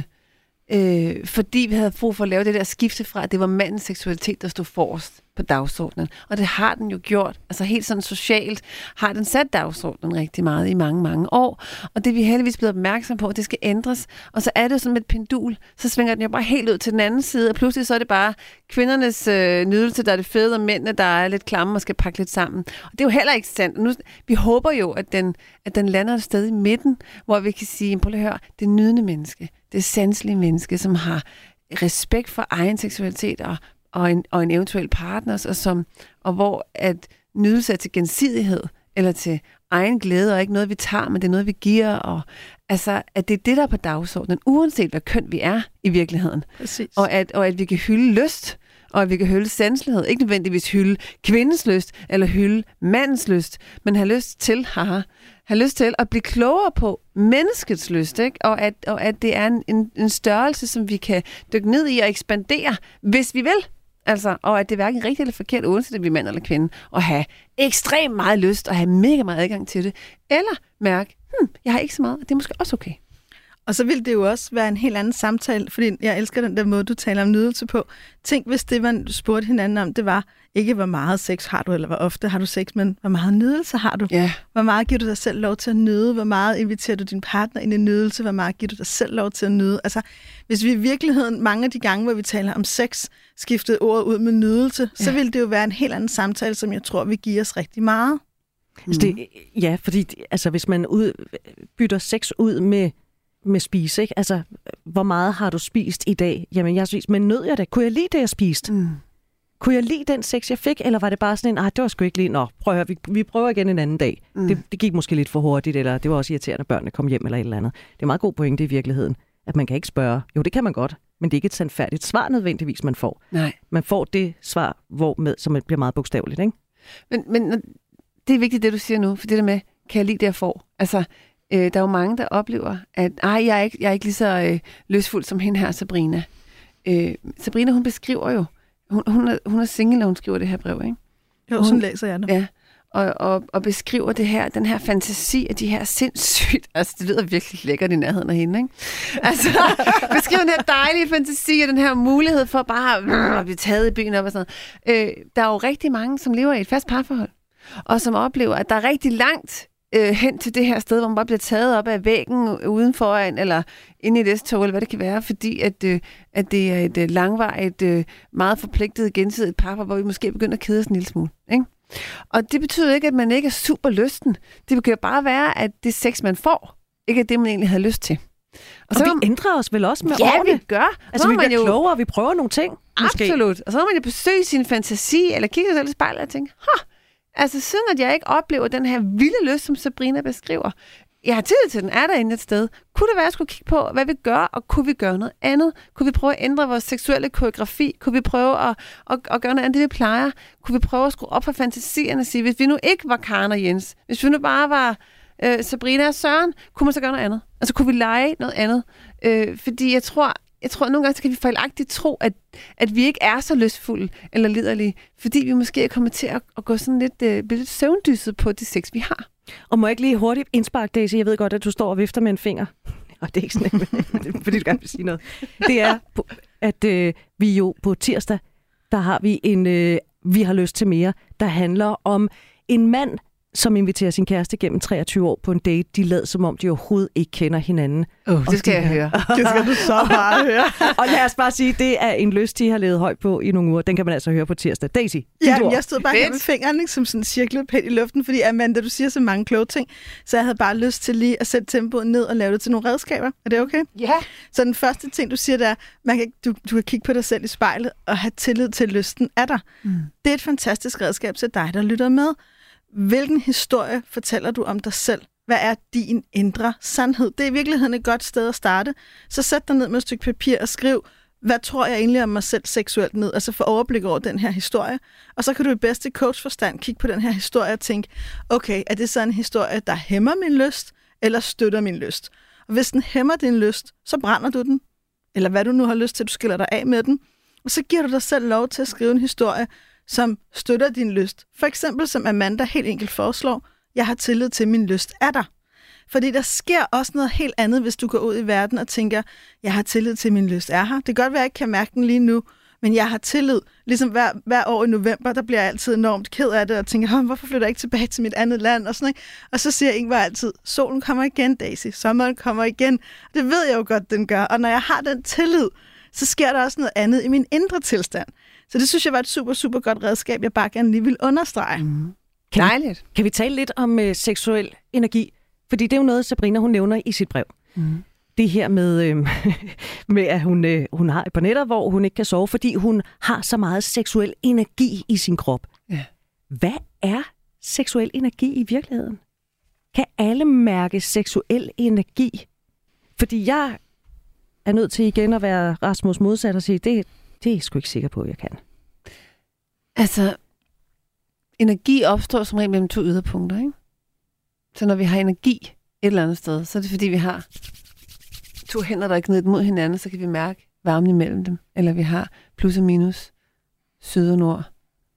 øh, fordi vi havde brug for at lave det der skifte fra, at det var mandens seksualitet, der stod forrest på dagsordenen. Og det har den jo gjort. Altså helt sådan socialt har den sat dagsordenen rigtig meget i mange, mange år. Og det er vi heldigvis blevet opmærksom på, at det skal ændres. Og så er det jo sådan med et pendul. Så svinger den jo bare helt ud til den anden side. Og pludselig så er det bare kvindernes øh, nydelse, der er det fede, og mændene, der er lidt klamme og skal pakke lidt sammen. Og det er jo heller ikke sandt. Nu, vi håber jo, at den, at den lander et sted i midten, hvor vi kan sige, prøv lige at høre, det nydende menneske, det sanselige menneske, som har respekt for egen seksualitet og Og en, og en eventuel partners, og, som, og hvor at nydelse er til gensidighed, eller til egen glæde, og ikke noget, vi tager, men det er noget, vi giver, og altså, at det er det, der er på dagsordenen, uanset hvad køn vi er i virkeligheden. Præcis. Og at, og at vi kan hylde lyst, og at vi kan hylde sanselighed, ikke nødvendigvis hylde kvindens lyst, eller hylde mandens lyst, men have lyst til, haha, have lyst til at blive klogere på menneskets lyst, ikke? Og, at, og at det er en, en, en størrelse, som vi kan dykke ned i og ekspandere, hvis vi vil. Altså, og at det er hverken rigtigt eller forkert, uanset om vi er mand eller kvinde, at have ekstremt meget lyst og have mega meget adgang til det, eller mærke, hm, jeg har ikke så meget, og det er måske også okay. Og så vil det jo også være en helt anden samtale, fordi jeg elsker den der måde, du taler om nydelse på. Tænk, hvis det, man spurgte hinanden om, det var ikke, hvor meget sex har du, eller hvor ofte har du sex, men hvor meget nydelse har du? Ja. Hvor meget giver du dig selv lov til at nyde? Hvor meget inviterer du din partner ind i nydelse? Hvor meget giver du dig selv lov til at nyde? Altså, hvis vi i virkeligheden, mange af de gange, hvor vi taler om sex, skiftede ordet ud med nydelse, ja. Så vil det jo være en helt anden samtale, som jeg tror, vil give os rigtig meget. Mm. Altså det, ja, fordi altså, hvis man ud, bytter sex ud med med spise, ikke? Altså, hvor meget har du spist i dag? Jamen, jeg har spist, men nød jeg det? Kunne jeg lide det, jeg spiste? Mm. Kunne jeg lide den sex, jeg fik? Eller var det bare sådan en, ah, det var sgu ikke lige, nå, prøv at høre, vi, vi prøver igen en anden dag. Mm. Det, det gik måske lidt for hurtigt, eller det var også irriterende, at børnene kom hjem, eller et eller andet. Det er en meget god pointe i virkeligheden, at man kan ikke spørge. Jo, det kan man godt, men det er ikke et sandfærdigt svar nødvendigvis, man får. Nej. Man får det svar, hvor med, som bliver meget bogstaveligt, ikke? Men, men det er vigtigt, det du siger nu, for det der med, kan jeg lide det, jeg får? Altså, Øh, der er jo mange, der oplever, at ej, jeg er ikke, jeg er ikke lige så øh, lystfuld som hende her, Sabrina. Øh, Sabrina, hun beskriver jo, hun, hun, er, hun er single, når hun skriver det her brev, ikke? Jo, sådan læser jeg det. Ja, og, og, og beskriver det her, den her fantasi af de her sindssygt, altså det lyder virkelig lækkert i nærheden af hende, ikke? Altså, beskriver den her dejlige fantasi og den her mulighed for bare øh, at blive taget i byen op og sådan noget. Øh, der er jo rigtig mange, som lever i et fast parforhold, og som oplever, at der er rigtig langt øh, hen til det her sted, hvor man bare bliver taget op af væggen udenfor en, eller inde i et S-tog, eller hvad det kan være, fordi at, øh, at det er et øh, langvarigt, øh, meget forpligtet gensidigt parforhold, hvor vi måske begynder at kede os en lille smule, ikke? Og det betyder ikke, at man ikke er super lysten. Det kan bare være, at det sex, man får, ikke er det, man egentlig havde lyst til. Og, så og vi man... ændrer os vel også med ja, årene? Ja, vi gør. Altså, vi bliver jo... klogere, vi prøver nogle ting. Måske. Absolut. Og så må man jo besøge sin fantasi, eller kigge sig selv i spejlet og tænke, ha, altså siden at jeg ikke oplever den her vilde lyst, som Sabrina beskriver, jeg har tillid til, den er derinde et sted. Kunne det være, at jeg skulle kigge på, hvad vi gør, og kunne vi gøre noget andet? Kunne vi prøve at ændre vores seksuelle koreografi? Kunne vi prøve at, at, at gøre noget andet, det vi plejer? Kunne vi prøve at skrue op for fantasierne og sige, hvis vi nu ikke var Karen og Jens, hvis vi nu bare var øh, Sabrina og Søren, kunne man så gøre noget andet? Altså kunne vi lege noget andet? Øh, fordi jeg tror, jeg tror, at nogle gange så kan vi fejlagtigt tro, at, at vi ikke er så lystfulde eller liderlige, fordi vi måske er kommet til at, at gå sådan lidt, øh, lidt søvndyset på det sex, vi har. Og må jeg ikke lige hurtigt indsparke, Daisy? Jeg ved godt, at du står og vifter med en finger. Og det er ikke sådan, fordi du gerne vil sige noget. Det er, at øh, vi jo på tirsdag, der har vi en øh, Vi har lyst til mere, der handler om en mand, som inviterer sin kæreste gennem treogtyve år på en date. De lader som om, de overhovedet ikke kender hinanden. Oh, det skal de jeg høre. Det skal du så bare høre. Og lad os bare sige, det er en lyst, de har levet højt på i nogle uger. Den kan man altså høre på tirsdag. Daisy, ja, jeg stod bare her med fingeren, ikke, som sådan cirklet pænt i luften, fordi Amanda, du siger så mange kloge ting, så jeg havde bare lyst til lige at sætte tempoet ned og lave det til nogle redskaber. Er det okay? Ja. Så den første ting, du siger, der er, man kan, du, du kan kigge på dig selv i spejlet og have tillid til, at lysten er der. Mm. Det er et fantastisk redskab til dig, der lytter med. Hvilken historie fortæller du om dig selv? Hvad er din indre sandhed? Det er i virkeligheden et godt sted at starte. Så sæt dig ned med et stykke papir og skriv, hvad tror jeg egentlig om mig selv seksuelt ned? Altså få overblik over den her historie. Og så kan du i bedste coachforstand kigge på den her historie og tænke, okay, er det så en historie, der hæmmer min lyst, eller støtter min lyst? Og hvis den hæmmer din lyst, så brænder du den. Eller hvad du nu har lyst til, du skiller dig af med den. Og så giver du dig selv lov til at skrive en historie, som støtter din lyst. For eksempel som Amanda helt enkelt foreslår, jeg har tillid til, at min lyst er der. Fordi der sker også noget helt andet, hvis du går ud i verden og tænker, jeg har tillid til, at min lyst er her. Det kan godt være, at jeg ikke kan mærke den lige nu, men jeg har tillid. Ligesom hver, hver år i november, der bliver jeg altid enormt ked af det, og tænker, hvorfor flytter jeg ikke tilbage til mit andet land? Og, sådan, ikke? Og så siger Ingvar altid, solen kommer igen, Daisy. Sommeren kommer igen. Det ved jeg jo godt, den gør. Og når jeg har den tillid, så sker der også noget andet i min indre tilstand. Så det synes jeg var et super, super godt redskab, jeg bare gerne lige vil understrege. Mm. Kan Dejligt. Vi, kan vi tale lidt om uh, seksuel energi? Fordi det er jo noget, Sabrina hun nævner i sit brev. Mm. Det her med, øh, med at hun, øh, hun har et par nætter, hvor hun ikke kan sove, fordi hun har så meget seksuel energi i sin krop. Ja. Hvad er seksuel energi i virkeligheden? Kan alle mærke seksuel energi? Fordi jeg er nødt til igen at være Rasmus modsat og sige, det, det er jeg sgu ikke sikker på, at jeg kan. Altså, energi opstår som regel mellem to yderpunkter, ikke? Så når vi har energi et eller andet sted, så er det fordi, vi har to hænder, der er knyttet mod hinanden, så kan vi mærke varmen imellem dem. Eller vi har plus og minus, syd og nord.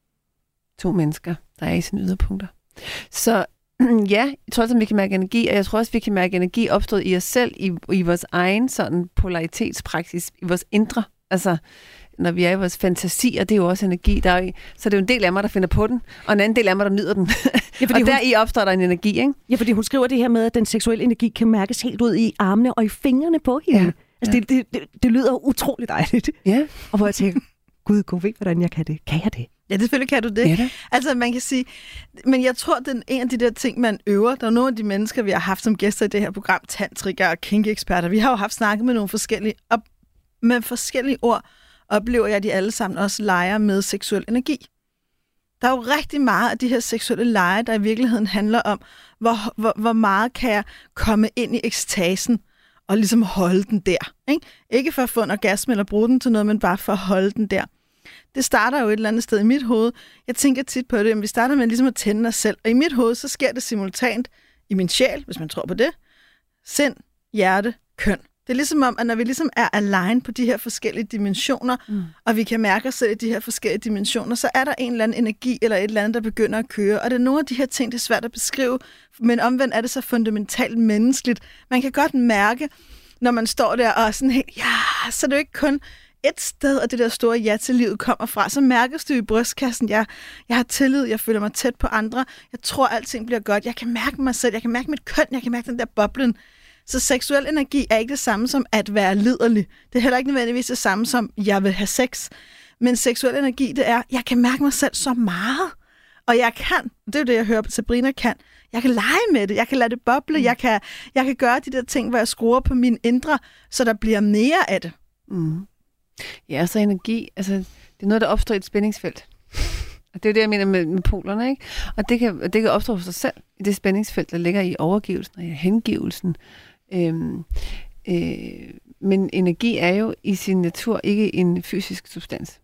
To mennesker, der er i sine yderpunkter. Så ja, jeg tror også, at vi kan mærke energi, og jeg tror også, at vi kan mærke energi opstået i os selv, i, i vores egen sådan polaritetspraksis, i vores indre. Altså, når vi er i vores fantasi, og det er jo også energi, der er i, så det er jo en del af mig, der finder på den, og en anden del af mig, der nyder den. Ja, og der i opstår der en energi, ikke? Ja, fordi hun skriver det her med, at den seksuelle energi kan mærkes helt ud i armene og i fingrene på hende. Ja. Altså, ja. Det, det, det, det lyder utroligt dejligt. Ja. Og hvor jeg tænker, gud, gud ved, hvordan jeg kan det. Kan jeg det? Ja, selvfølgelig kan du det. Ja, altså, man kan sige, men jeg tror, den en af de der ting, man øver, der er nogle af de mennesker, vi har haft som gæster i det her program, tantrikere og kinky-eksperter, vi har jo haft snakket med nogle forskellige, og med forskellige ord, oplever jeg, at de alle sammen også leger med seksuel energi. Der er jo rigtig meget af de her seksuelle lege, der i virkeligheden handler om, hvor, hvor, hvor meget kan jeg komme ind i ekstasen og ligesom holde den der. Ikke? Ikke for at få en orgasme eller bruge den til noget, men bare for at holde den der. Det starter jo et eller andet sted i mit hoved. Jeg tænker tit på det, men vi starter med ligesom at tænde os selv. Og i mit hoved, så sker det simultant i min sjæl, hvis man tror på det. Sind, hjerte, køn. Det er ligesom om, at når vi ligesom er aligned på de her forskellige dimensioner, mm. og vi kan mærke os selv i de her forskellige dimensioner, så er der en eller anden energi eller et eller andet, der begynder at køre. Og det er nogle af de her ting, det er svært at beskrive, men omvendt er det så fundamentalt menneskeligt. Man kan godt mærke, når man står der og er sådan helt, ja, så er det jo ikke kun et sted, og det der store ja til livet kommer fra. Så mærkes du i brystkassen, jeg, jeg har tillid, jeg føler mig tæt på andre, jeg tror, alting bliver godt, jeg kan mærke mig selv, jeg kan mærke mit køn, jeg kan mærke den der boblen. Så seksuel energi er ikke det samme som at være liderlig. Det er heller ikke nødvendigvis det samme som, jeg vil have sex. Men seksuel energi, det er, jeg kan mærke mig selv så meget. Og jeg kan, det er jo det, jeg hører, Sabrina kan, jeg kan lege med det, jeg kan lade det boble, mm. jeg, kan, jeg kan gøre de der ting, hvor jeg skruer på min indre, så der bliver mere af det. Mm. Ja, så energi, altså det er noget, der opstår i et spændingsfelt. Og det er det, jeg mener med, med polerne, ikke? Og det kan, det kan opstå for sig selv i det spændingsfelt, der ligger i overgivelsen og i hengivelsen. Øhm, øh, men energi er jo i sin natur ikke en fysisk substans.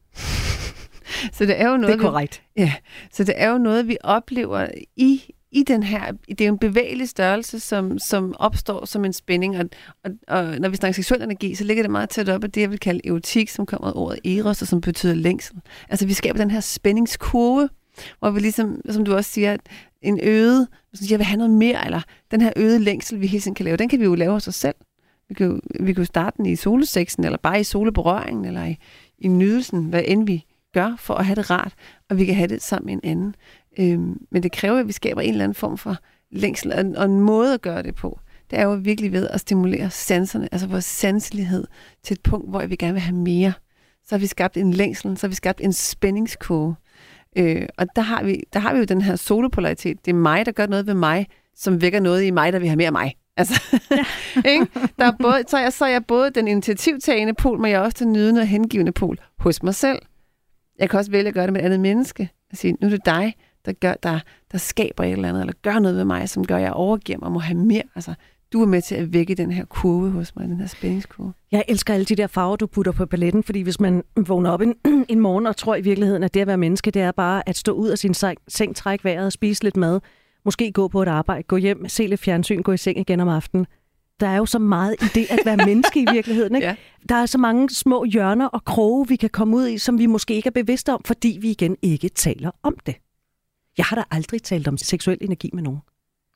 Så det er jo noget, det er korrekt. Vi, ja, så det er jo noget, vi oplever i, i den her... Det er jo en bevægelig størrelse, som, som opstår som en spænding. Og, og, og når vi snakker seksuel energi, så ligger det meget tæt op af det, jeg vil kalde erotik, som kommer af ordet eros, og som betyder længsel. Altså, vi skaber den her spændingskurve, hvor vi ligesom, som du også siger, en øget... Jeg vil have noget mere, eller den her øget længsel, vi hele tiden kan lave, den kan vi jo lave hos os selv. Vi kan jo, vi kan jo starte den i solesexen, eller bare i soleberøringen, eller i, i nydelsen, hvad end vi gør for at have det rart, og vi kan have det sammen med en anden. Øhm, men det kræver, at vi skaber en eller anden form for længsel, og en, og en måde at gøre det på. Det er jo virkelig ved at stimulere sanserne, altså vores sanselighed, til et punkt, hvor vi gerne vil have mere. Så har vi skabt en længsel, så har vi skabt en spændingskurve. Øh, og der har, vi, der har vi jo den her solopolaritet. Det er mig, der gør noget ved mig, som vækker noget i mig, der vil have mere af mig. Altså, ja. Ikke? Der er både, så, er jeg, så er jeg både den initiativtagende pol, men jeg er også den nydende og hengivende pol hos mig selv. Jeg kan også vælge at gøre det med et andet menneske. At sige, nu er det dig, der, gør, der, der skaber et eller andet, eller gør noget ved mig, som gør, at jeg overgiver mig og må have mere. Altså, du er med til at vække den her kurve hos mig, den her spændingskurve. Jeg elsker alle de der farver, du putter på paletten, fordi hvis man vågner op en, en morgen og tror i virkeligheden, at det at være menneske, det er bare at stå ud af sin seng, seng, trække vejret, spise lidt mad, måske gå på et arbejde, gå hjem, se lidt fjernsyn, gå i seng igen om aftenen. Der er jo så meget i det at være menneske i virkeligheden, ikke? Ja. Der er så mange små hjørner og kroge, vi kan komme ud i, som vi måske ikke er bevidste om, fordi vi igen ikke taler om det. Jeg har da aldrig talt om seksuel energi med nogen.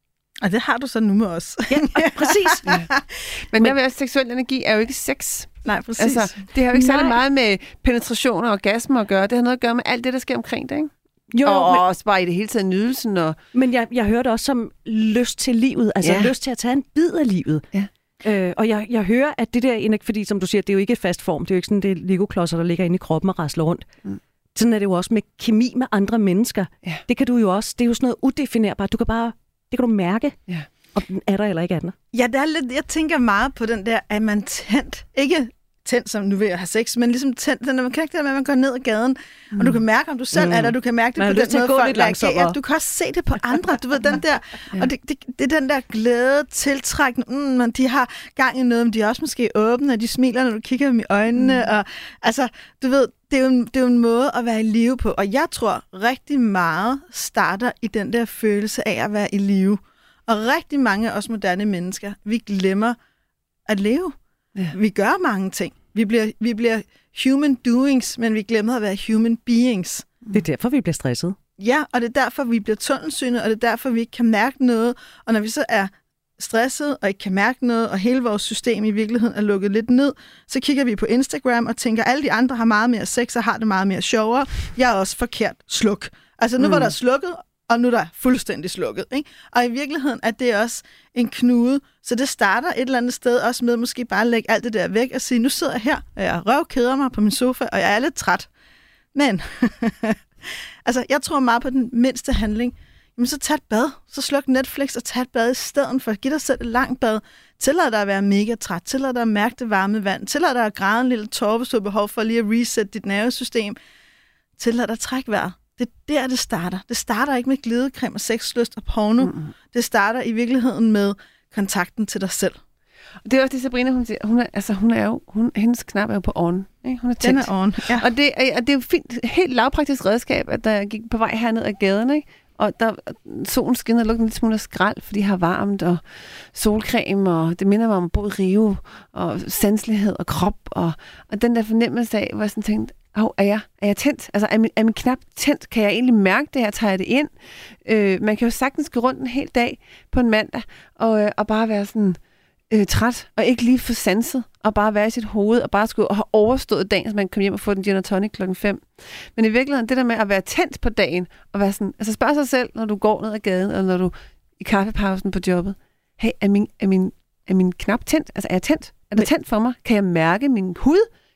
Og det har du så nu med os. Ja, præcis. Ja. Men, Men der seksuel energi er jo ikke sex. Nej, præcis. Altså, det har jo ikke særlig meget med penetration og orgasme at gøre. Det har noget at gøre med alt det, der sker omkring det, ikke? Jo, og men, også bare i det hele taget nydelsen. Og... Men jeg, jeg hørte også som lyst til livet, altså ja. lyst til at tage en bid af livet. Ja. Øh, og jeg, jeg hører, at det der, fordi som du siger, det er jo ikke et fast form, det er jo ikke sådan, det er legoklodser, der ligger inde i kroppen og rasler rundt. Mm. Sådan er det jo også med kemi med andre mennesker. Ja. Det kan du jo også, det er jo sådan noget udefinerbart. Du kan bare, det kan du mærke, ja. om den er der eller ikke er der. Ja, det er lidt, jeg tænker meget på den der, er man tændt, ikke tændt, som nu vil jeg have sex, men ligesom tændt, den, man kan ikke det med, at man går ned ad gaden, mm. og du kan mærke, om du selv mm. er der, du kan mærke det man på den måde, folk reagerer. Ja, du kan også se det på andre, du ved, den der, ja. og det, det, det er den der glæde, tiltrækning, mm, man, de har gang i noget, men de er også måske åbne, og de smiler, når du kigger dem i øjnene, mm. og altså, du ved, det er, jo en, det er jo en måde at være i live på, og jeg tror rigtig meget starter i den der følelse af at være i live, og rigtig mange af os moderne mennesker, vi glemmer at leve. Ja. Vi gør mange ting. Vi bliver, vi bliver human doings, men vi glemmer at være human beings. Det er derfor, vi bliver stresset. Ja, og det er derfor, vi bliver tunnelsynet, og det er derfor, vi ikke kan mærke noget. Og når vi så er stresset og ikke kan mærke noget, og hele vores system i virkeligheden er lukket lidt ned, så kigger vi på Instagram og tænker, alle de andre har meget mere sex og har det meget mere sjovere. Jeg er også forkert. Sluk. Altså nu mm. var der slukket, og nu er der fuldstændig slukket. Ikke? Og i virkeligheden er det også en knude. Så det starter et eller andet sted også med måske bare at lægge alt det der væk og sige, nu sidder jeg her, og jeg røvkeder mig på min sofa, og jeg er lidt træt. Men altså, jeg tror meget på den mindste handling. Jamen så tag et bad. Så sluk Netflix og tag et bad i stedet for. Giv dig selv et langt bad. Tillad dig at være mega træt. Tillad dig at mærke det varme vand. Tillad dig at græde en lille tårer, hvis du har behov for lige at reset dit nervesystem. Tillad dig at trække vejret. Det er der, det starter. Det starter ikke med glidecreme og sexlyst og porno. Mm-hmm. Det starter i virkeligheden med kontakten til dig selv. Og det er også det, Sabrina, hun siger. Hun er, altså, hun er jo, hun, hendes knap er jo på on. Ikke? Hun er tændt. Den er on, ja. Og det, og det er jo fint, helt lavpraktisk redskab, at der gik på vej herned ad gaden, ikke? Og der, solen skinner og lugter en lille smule af skrald, fordi det har varmt, og solcreme, og det minder mig om at bo i Rio, og sanselighed og krop, og, og den der fornemmelse af, hvor jeg sådan tænkte, oh, er jeg, er jeg tændt? Altså, er min, er min knap tændt? Kan jeg egentlig mærke det her? Tager jeg det ind? Øh, man kan jo sagtens gå rundt en hel dag på en mandag, og, øh, og bare være sådan øh, træt, og ikke lige få sanset, og bare være i sit hoved, og bare skulle have overstået dagen, så man kan komme hjem og få den gin og tonic klokken fem. Men i virkeligheden, det der med at være tændt på dagen, og være sådan, altså spørg sig selv, når du går ned ad gaden, eller når du i kaffepausen på jobbet, hey, er min, er min, er min knap tændt? Altså, er jeg tændt? Er der tændt for mig? Kan jeg mærke min hud?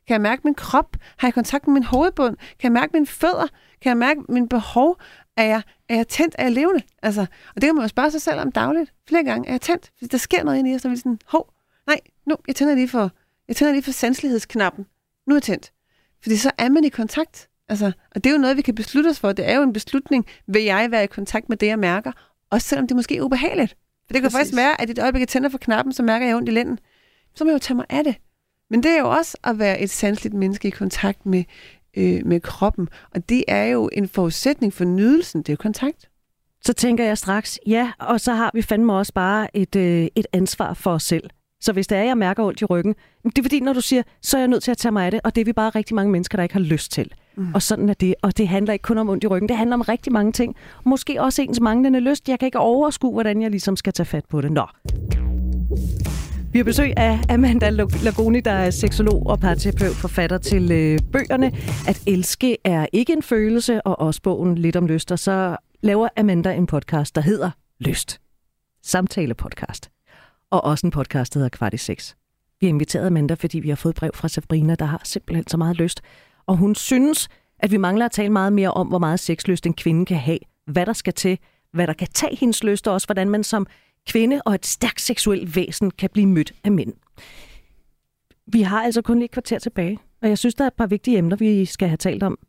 Kan jeg mærke min krop? Har jeg kontakt med min hovedbund? Kan jeg mærke mine fødder? Kan jeg mærke min behov? Er jeg, er jeg tændt? Er jeg levende? Altså, og det kan man jo spørge sig selv om dagligt. Flere gange. Er jeg tændt? Hvis der sker noget inde i os, så er vi sådan, hov, nej, nu, jeg tænder lige for, jeg tænder lige for sanselighedsknappen. Nu er jeg tændt. Fordi så er man i kontakt. Altså, og det er jo noget, vi kan beslutte os for. Det er jo en beslutning, vil jeg være i kontakt med det, jeg mærker? Også selvom det måske er ubehageligt. For det kan Præcis. faktisk være, at i et øjeblik, jeg tænder for knappen, så mærker jeg ondt i lænden. Så må jeg jo tage mig af det. Men det er jo også at være et sanseligt menneske i kontakt med, øh, med kroppen. Og det er jo en forudsætning for nydelsen. Det er jo kontakt. Så tænker jeg straks, ja, og så har vi fandme også bare et, øh, et ansvar for os selv. Så hvis det er, jeg mærker ondt i ryggen, det er fordi, når du siger, så er jeg nødt til at tage mig af det, og det er vi bare rigtig mange mennesker, der ikke har lyst til. Mm. Og sådan er det. Og det handler ikke kun om ondt i ryggen, det handler om rigtig mange ting. Måske også ens manglende lyst. Jeg kan ikke overskue, hvordan jeg ligesom skal tage fat på det. Nå. Vi har besøg af Amanda Lagoni, der er seksolog og parterapeut, forfatter til øh, bøgerne At elske er ikke en følelse, og også bogen Lidt om lyst. Og så laver Amanda en podcast, der hedder Lyst. Samtale-podcast. Og også en podcast, der hedder Kvart i seks. Vi har inviteret Amanda, fordi vi har fået brev fra Sabrina, der har simpelthen så meget lyst. Og hun synes, at vi mangler at tale meget mere om, hvor meget sexlyst en kvinde kan have. Hvad der skal til, hvad der kan tage hendes lyst, og også hvordan man som kvinde og et stærkt seksuelt væsen kan blive mødt af mænd. Vi har altså kun lige et kvarter tilbage, og jeg synes, der er et par vigtige emner, vi skal have talt om.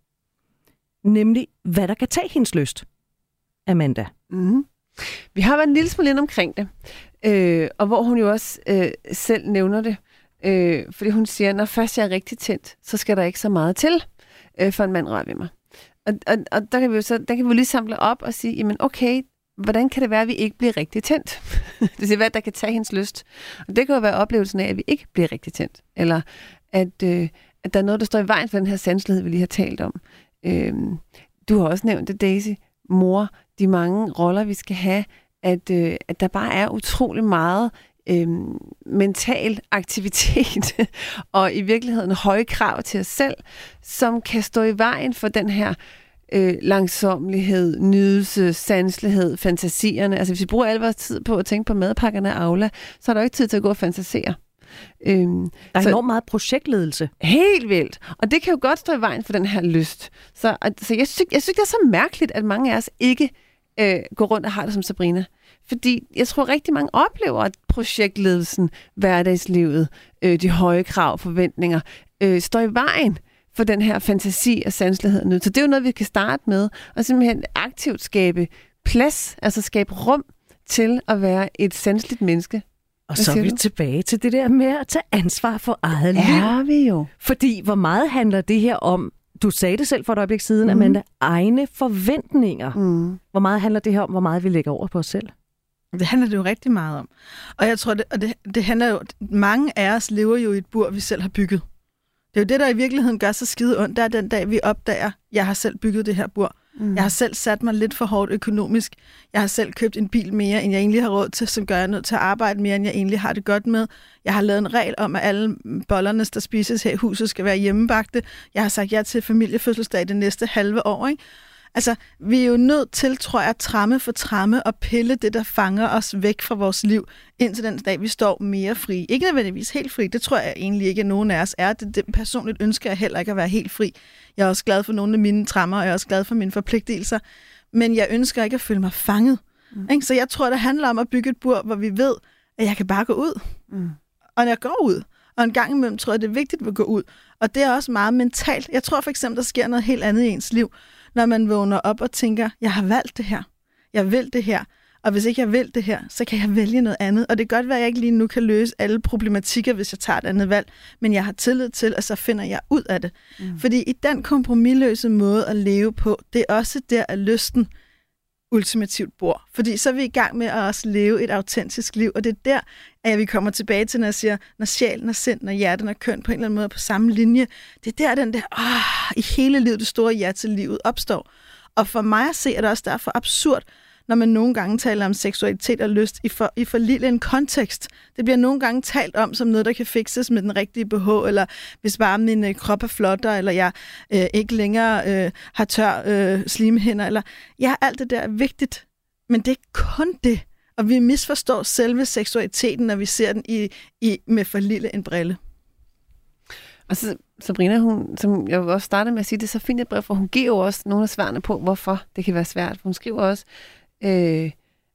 Nemlig, hvad der kan tage hendes lyst, Amanda. Mm-hmm. Vi har været en lille smule ind omkring det, øh, og hvor hun jo også øh, selv nævner det, øh, fordi hun siger, når først jeg er rigtig tændt, så skal der ikke så meget til, øh, for en mand rører ved mig. Og, og, og der kan vi jo så, der kan vi lige samle op og sige, jamen okay, hvordan kan det være, at vi ikke bliver rigtig tændt? Det er hvad der kan tage hendes lyst. Og det kan jo være oplevelsen af, at vi ikke bliver rigtig tændt, eller at, øh, at der er noget, der står i vejen for den her sanselighed, vi lige har talt om. Øh, du har også nævnt det, Daisy, mor, de mange roller, vi skal have, at, øh, at der bare er utrolig meget øh, mental aktivitet, og i virkeligheden høje krav til os selv, som kan stå i vejen for den her øh, langsommelighed, nydelse, sanselighed, fantasierne. Altså hvis vi bruger al vores tid på at tænke på madpakkerne og Aula, så er der jo ikke tid til at gå og fantasere. Øhm, der er så, enormt meget projektledelse. Helt vildt. Og det kan jo godt stå i vejen for den her lyst. Så, så jeg, synes, jeg synes, det er så mærkeligt, at mange af os ikke øh, går rundt og har det som Sabrina. Fordi jeg tror, rigtig mange oplever, at projektledelsen, hverdagslivet, øh, de høje krav, forventninger, øh, står i vejen for den her fantasi og sanselighed. Så det er jo noget, vi kan starte med. Og simpelthen aktivt skabe plads, altså skabe rum til at være et sanseligt menneske. Og så er vi du? tilbage til det der med at tage ansvar for eget liv. Ja, vi jo. Fordi hvor meget handler det her om, du sagde det selv for et øjeblik siden, mm. Amanda, egne forventninger. Mm. Hvor meget handler det her om, hvor meget vi lægger over på os selv? Det handler det jo rigtig meget om. Og jeg tror, det, og det, det handler jo, mange af os lever jo i et bur, vi selv har bygget. Det er jo det, der i virkeligheden gør så skide ondt. Der er den dag, vi opdager, jeg har selv bygget det her bur. Mm. Jeg har selv sat mig lidt for hårdt økonomisk. Jeg har selv købt en bil mere, end jeg egentlig har råd til, som gør jeg nødt til at arbejde mere, end jeg egentlig har det godt med. Jeg har lavet en regel om, at alle bollerne, der spises her i huset, skal være hjemmebagte. Jeg har sagt ja til familiefødselsdag det næste halve år, ikke? Altså, vi er jo nødt til, tror jeg, tramme for tramme og pille det, der fanger os væk fra vores liv, indtil den dag, vi står mere fri. Ikke nødvendigvis helt fri, det tror jeg egentlig ikke, at nogen af os er. Det, det personligt ønsker jeg heller ikke at være helt fri. Jeg er også glad for nogle af mine trammer, og jeg er også glad for mine forpligtelser. Men jeg ønsker ikke at føle mig fanget. Mm. Ikke? Så jeg tror, det handler om at bygge et bur, hvor vi ved, at jeg kan bare gå ud. Mm. Og når jeg går ud, og en gang imellem tror jeg, det er vigtigt at gå ud. Og det er også meget mentalt. Jeg tror for eksempel, der sker noget helt andet i ens liv, når man vågner op og tænker, jeg har valgt det her. Jeg vil det her. Og hvis ikke jeg vil det her, så kan jeg vælge noget andet. Og det kan godt være, at jeg ikke lige nu kan løse alle problematikker, hvis jeg tager et andet valg. Men jeg har tillid til, at så finder jeg ud af det. Mm. Fordi i den kompromisløse måde at leve på, det er også der, at lysten ultimativt bor. Fordi så er vi i gang med at også leve et autentisk liv. Og det er der, at vi kommer tilbage til, når jeg siger, når sjælen er sind, når hjertet er køn på en eller anden måde på samme linje. Det er der, den der, åh, i hele livet, det store ja til livet opstår. Og for mig at se, er det også derfor absurd, når man nogle gange taler om seksualitet og lyst i for, i for lille en kontekst. Det bliver nogle gange talt om som noget, der kan fikses med den rigtige B H, eller hvis bare min øh, krop er flottere, eller jeg øh, ikke længere øh, har tør øh, slimhinder. Eller, ja, alt det der er vigtigt, men det er kun det. Og vi misforstår selve seksualiteten, når vi ser den i, i, med for lille en brille. Og så Sabrina, hun, som jeg også startede med at sige, det er så fint et brev, for hun giver jo også nogle af svarene på, hvorfor det kan være svært. Hun skriver også, øh,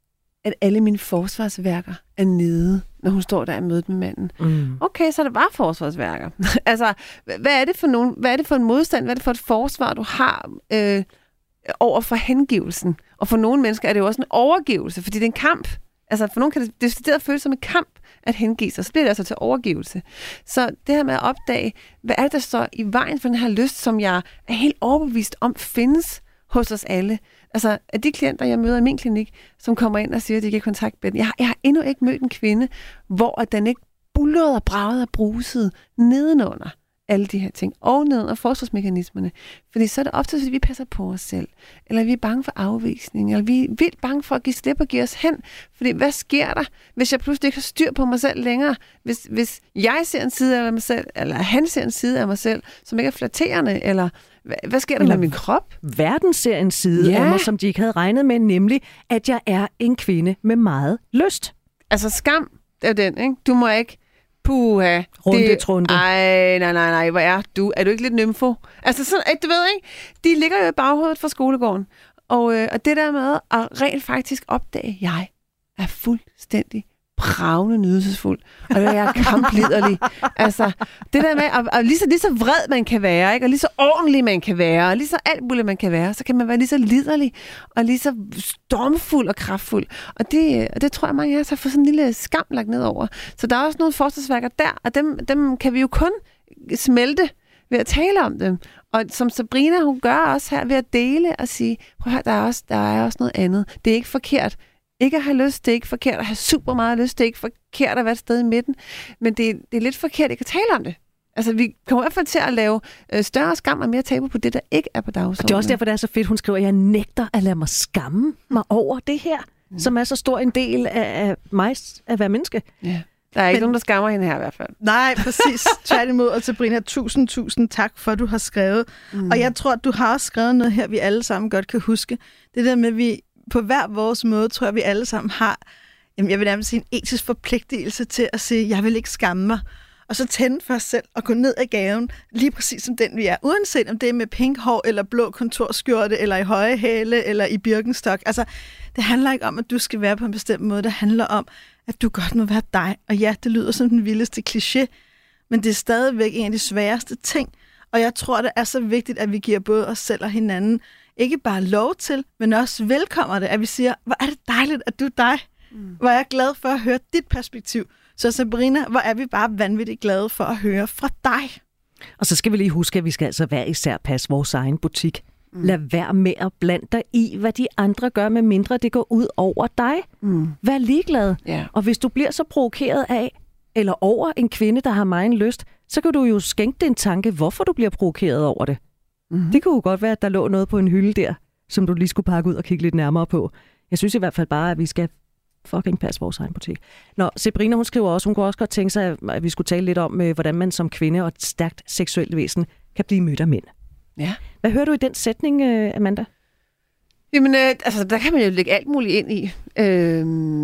at alle mine forsvarsværker er nede, når hun står der i mødet med manden. Mm. Okay, så er det bare forsvarsværker. altså, hvad er det for nogen, hvad er det for en modstand, hvad er det for et forsvar, du har øh, over for hengivelsen? Og for nogle mennesker er det jo også en overgivelse, fordi det er en kamp. Altså, for nogen kan det decideret føles som en kamp at hengive sig, så bliver det altså til overgivelse. Så det her med at opdage, hvad er det, der står i vejen for den her lyst, som jeg er helt overbevist om, findes hos os alle. Altså, af de klienter, jeg møder i min klinik, som kommer ind og siger, at de ikke er kontaktbænd. Jeg, jeg har endnu ikke mødt en kvinde, hvor den ikke bullerede og bragede og brusede nedenunder alle de her ting, og nedenunder forsvarsmekanismerne. Fordi så er det ofte, at vi passer på os selv, eller vi er bange for afvisning, eller vi er vildt bange for at give slip og give os hen. Fordi hvad sker der, hvis jeg pludselig ikke har styr på mig selv længere? Hvis, hvis jeg ser en side af mig selv, eller han ser en side af mig selv, som ikke er flatterende, eller hvad, hvad sker der eller med min krop? Verden ser en side ja. af mig, som de ikke havde regnet med, nemlig at jeg er en kvinde med meget lyst. Altså skam er den, ikke? Du må ikke puha. Runde, trunde. Ej, nej, nej, nej, hvor er du? Er du ikke lidt nymfo? Altså sådan, du ved ikke, de ligger jo i baghovedet fra skolegården. Og, øh, og det der med at rent faktisk opdage, jeg er fuldstændig bravende nydelsesfuld, og jeg er kampliderlig. Altså, det der med, at, at lige, så, lige så vred man kan være, ikke? Og lige så ordentlig man kan være, og lige så alt muligt man kan være, så kan man være lige så liderlig, og lige så stormfuld og kraftfuld. Og det, og det tror jeg, mange af os har fået sådan en lille skam lagt ned over. Så der er også nogle forsvarsværker der, og dem, dem kan vi jo kun smelte ved at tale om dem. Og som Sabrina, hun gør også her, ved at dele og sige, prøv at høre, der er også, der er også noget andet. Det er ikke forkert. Ikke at have lyst, det er ikke forkert at have super meget lyst, det er ikke forkert at være et sted i midten, men det er, det er lidt forkert ikke at tale om det. Altså, vi kommer i hvert fald til at lave øh, større skam og mere tabu på det, der ikke er på dagsordenen. Det er også derfor, det er så fedt, hun skriver, at jeg nægter at lade mig skamme mig over det her, mm. som er så stor en del af, af mig at være menneske. Ja. Der er ikke men, nogen, der skammer hende her i hvert fald. Nej, præcis. Tværtimod, og Sabrina, tusind, tusind tak for, at du har skrevet. Mm. Og jeg tror, at du har også skrevet noget her, vi alle sammen godt kan huske. Det der med, at vi på hver vores måde, tror jeg, vi alle sammen har, jamen, jeg vil nærmest sige, en etisk forpligtelse til at sige, jeg vil ikke skamme mig. Og så tænde for os selv og gå ned ad gaven, lige præcis som den vi er. Uanset om det er med pink hår, eller blå kontorskjorte, eller i høje hæle, eller i Birkenstock. Altså, det handler ikke om, at du skal være på en bestemt måde. Det handler om, at du godt må være dig. Og ja, det lyder som den vildeste kliché, men det er stadigvæk en af de sværeste ting. Og jeg tror, det er så vigtigt, at vi giver både os selv og hinanden ikke bare lov til, men også velkommer det, at vi siger, hvor er det dejligt, at du er dig. Mm. Hvor er jeg glad for at høre dit perspektiv. Så Sabrina, hvor er vi bare vanvittigt glade for at høre fra dig. Og så skal vi lige huske, at vi skal altså hver især passe vores egen butik. Mm. Lad være med at blande dig i, hvad de andre gør, med mindre det går ud over dig. Mm. Vær ligeglad. Yeah. Og hvis du bliver så provokeret af, eller over en kvinde, der har meget lyst, så kan du jo skænke det en tanke, hvorfor du bliver provokeret over det. Mm-hmm. Det kunne jo godt være, at der lå noget på en hylde der, som du lige skulle pakke ud og kigge lidt nærmere på. Jeg synes i hvert fald bare, at vi skal fucking passe vores egen butik. Nå, Sabrina, hun skriver også, hun kunne også godt tænke sig, at vi skulle tale lidt om, hvordan man som kvinde og et stærkt seksuelt væsen kan blive mødt af mænd. Ja. Hvad hører du i den sætning, Amanda? Jamen, øh, altså, der kan man jo lægge alt muligt ind i. Øh,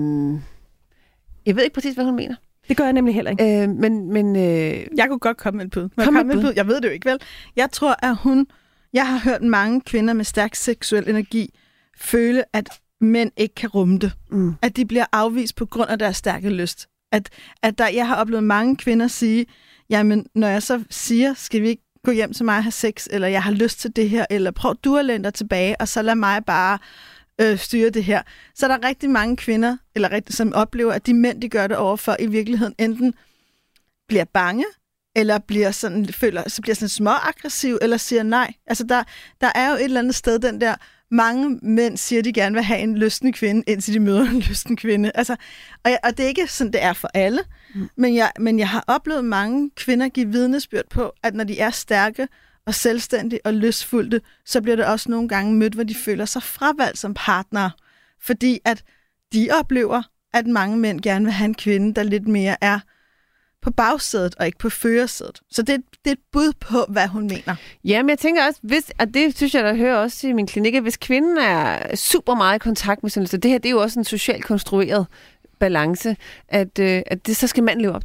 jeg ved ikke præcis, hvad hun mener. Det gør jeg nemlig heller ikke. Øh, men, men øh, jeg kunne godt komme med et bud. Kom med et bud. Jeg ved det jo ikke, vel? Jeg tror, at hun... Jeg har hørt mange kvinder med stærk seksuel energi føle, at mænd ikke kan rumme det. Mm. At de bliver afvist på grund af deres stærke lyst. At, at der, jeg har oplevet mange kvinder sige, jamen, når jeg så siger, skal vi ikke gå hjem til mig og have sex, eller jeg har lyst til det her, eller prøv du at læne dig tilbage, og så lad mig bare øh, styre det her. Så er der rigtig mange kvinder, eller rigtig, som oplever, at de mænd, de gør det overfor, i virkeligheden enten bliver bange, eller bliver sådan, føler, så bliver sådan småaggressiv, eller siger nej. Altså, der, der er jo et eller andet sted, den der, mange mænd siger, de gerne vil have en lystende kvinde, indtil de møder en lystende kvinde. Altså, og, jeg, og det er ikke sådan, det er for alle, mm. men, jeg, men jeg har oplevet mange kvinder give vidnesbyrd på, at når de er stærke og selvstændige og lystfulde, så bliver det også nogle gange mødt, hvor de føler sig fravalgt som partner, fordi at de oplever, at mange mænd gerne vil have en kvinde, der lidt mere er på bagsædet og ikke på førersædet. Så det, det er et bud på, hvad hun mener. Ja, men jeg tænker også, hvis, og det synes jeg, der hører også i min klinik, at hvis kvinden er super meget i kontakt med sådan, så det her, det er jo også en socialt konstrueret balance, at, øh, at det, så skal manden leve op til det.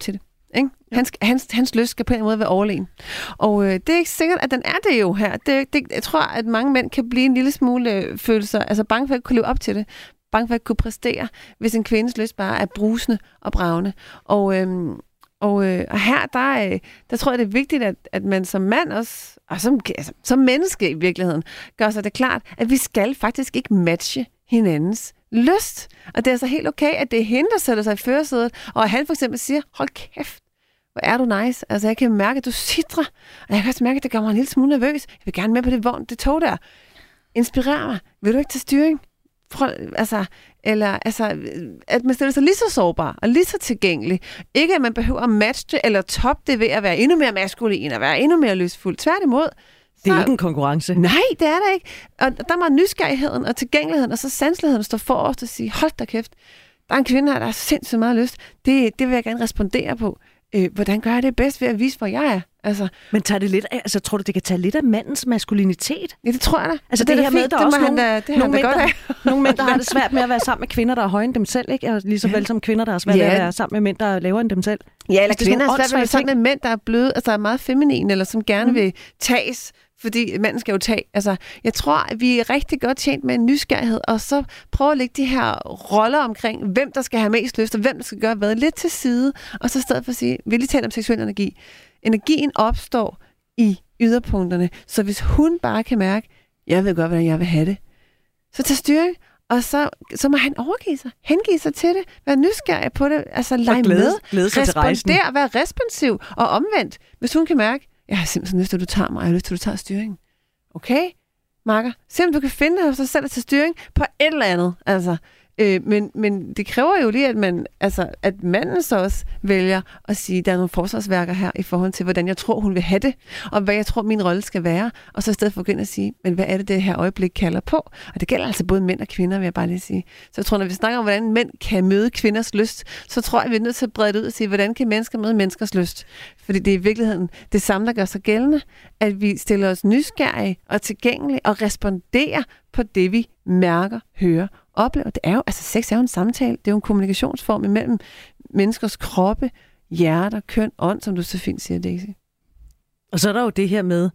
Ikke? Hans, hans, hans lyst skal på en måde være overlegen. Og øh, det er ikke sikkert, at den er det jo her. Det, det, jeg tror, at mange mænd kan blive en lille smule øh, følelser, altså bange for at kunne leve op til det. Bange for at kunne præstere, hvis en kvindes lyst bare er brusende og bravende. Og, øhm, og, øh, og her, der, øh, der tror jeg, det er vigtigt, at, at man som mand også, og som, altså, som menneske i virkeligheden, gør sig det klart, at vi skal faktisk ikke matche hinandens lyst. Og det er så helt okay, at det er hende, der sætter sig i førersædet, og at han for eksempel siger, hold kæft, hvor er du nice. Altså, jeg kan mærke, at du sidrer, og jeg kan også mærke, at det gør mig en lille smule nervøs. Jeg vil gerne med på det vogn, det tog der. Inspirer mig. Vil du ikke tage styring? Prøv, altså, eller, altså, at man stiller sig lige så sårbar og lige så tilgængelig. Ikke, at man behøver at matche det eller toppe det ved at være endnu mere maskulin og være endnu mere lystfuld. Tværtimod. Så, det er ikke en konkurrence. Nej, det er det ikke. Og der må nysgerrigheden og tilgængeligheden og så sanseligheden stå forrest og sige, hold da kæft, der er en kvinde her, der har sindssygt meget lyst. Det, det vil jeg gerne respondere på. Øh, hvordan gør jeg det bedst ved at vise, hvor jeg er? Altså, men tager det lidt af, altså, tror du, det kan tage lidt af mandens maskulinitet? Ja, det tror jeg da. Altså, det, det her med, der er også nogle, da, det nogle, mænd, godt der, nogle mænd, der har det svært med at være sammen med kvinder, der er højere end dem selv, ikke? Og lige så vel som kvinder, der har svært med ja. at være sammen med mænd, der er lavere end dem selv. Ja, eller altså, kvinder har svært med at være sammen med mænd, der er bløde, altså er meget feminine, eller som gerne mm. vil tages, fordi manden skal jo tage. Altså, jeg tror, at vi er rigtig godt tjent med en nysgerrighed, og så prøve at lægge de her roller omkring, hvem der skal have mest lyst, og hvem der skal gøre hvad, lidt til side, og så i stedet for at sige, vi lige tale om seksuel energi. Energien opstår i yderpunkterne, så hvis hun bare kan mærke, jeg ved godt, hvordan jeg vil have det, så tag styring, og så, så må han overgive sig, hengive sig til det, være nysgerrig på det, altså lege glæde, med, glæde sig respondere, være responsiv, og omvendt, hvis hun kan mærke, jeg har simpelthen lyst til, at du tager mig, jeg har lyst til, at du tager styringen. Okay, Marker? Se om du kan finde dig selv at tage styring på et eller andet. Altså, øh, men, men det kræver jo lige, at man, altså, at manden så også vælger at sige, at der er nogle forsvarsværker her i forhold til, hvordan jeg tror, hun vil have det, og hvad jeg tror, min rolle skal være. Og så i stedet for at begynde at sige, men hvad er det, det her øjeblik kalder på? Og det gælder altså både mænd og kvinder, vil jeg bare lige sige. Så jeg tror, når vi snakker om, hvordan mænd kan møde kvinders lyst, så tror jeg, vi er nødt til at brede det ud og sige, hvordan kan mennesker møde menneskers lyst? Fordi det er i virkeligheden det samme, der gør sig gældende, at vi stiller os nysgerrige og tilgængelige og responderer på det, vi mærker, hører, oplever. Det er jo, altså sex er jo en samtale, det er jo en kommunikationsform imellem menneskers kroppe, hjerter, køn, ånd, som du så fint siger, Daisy. Og så er der jo det her med,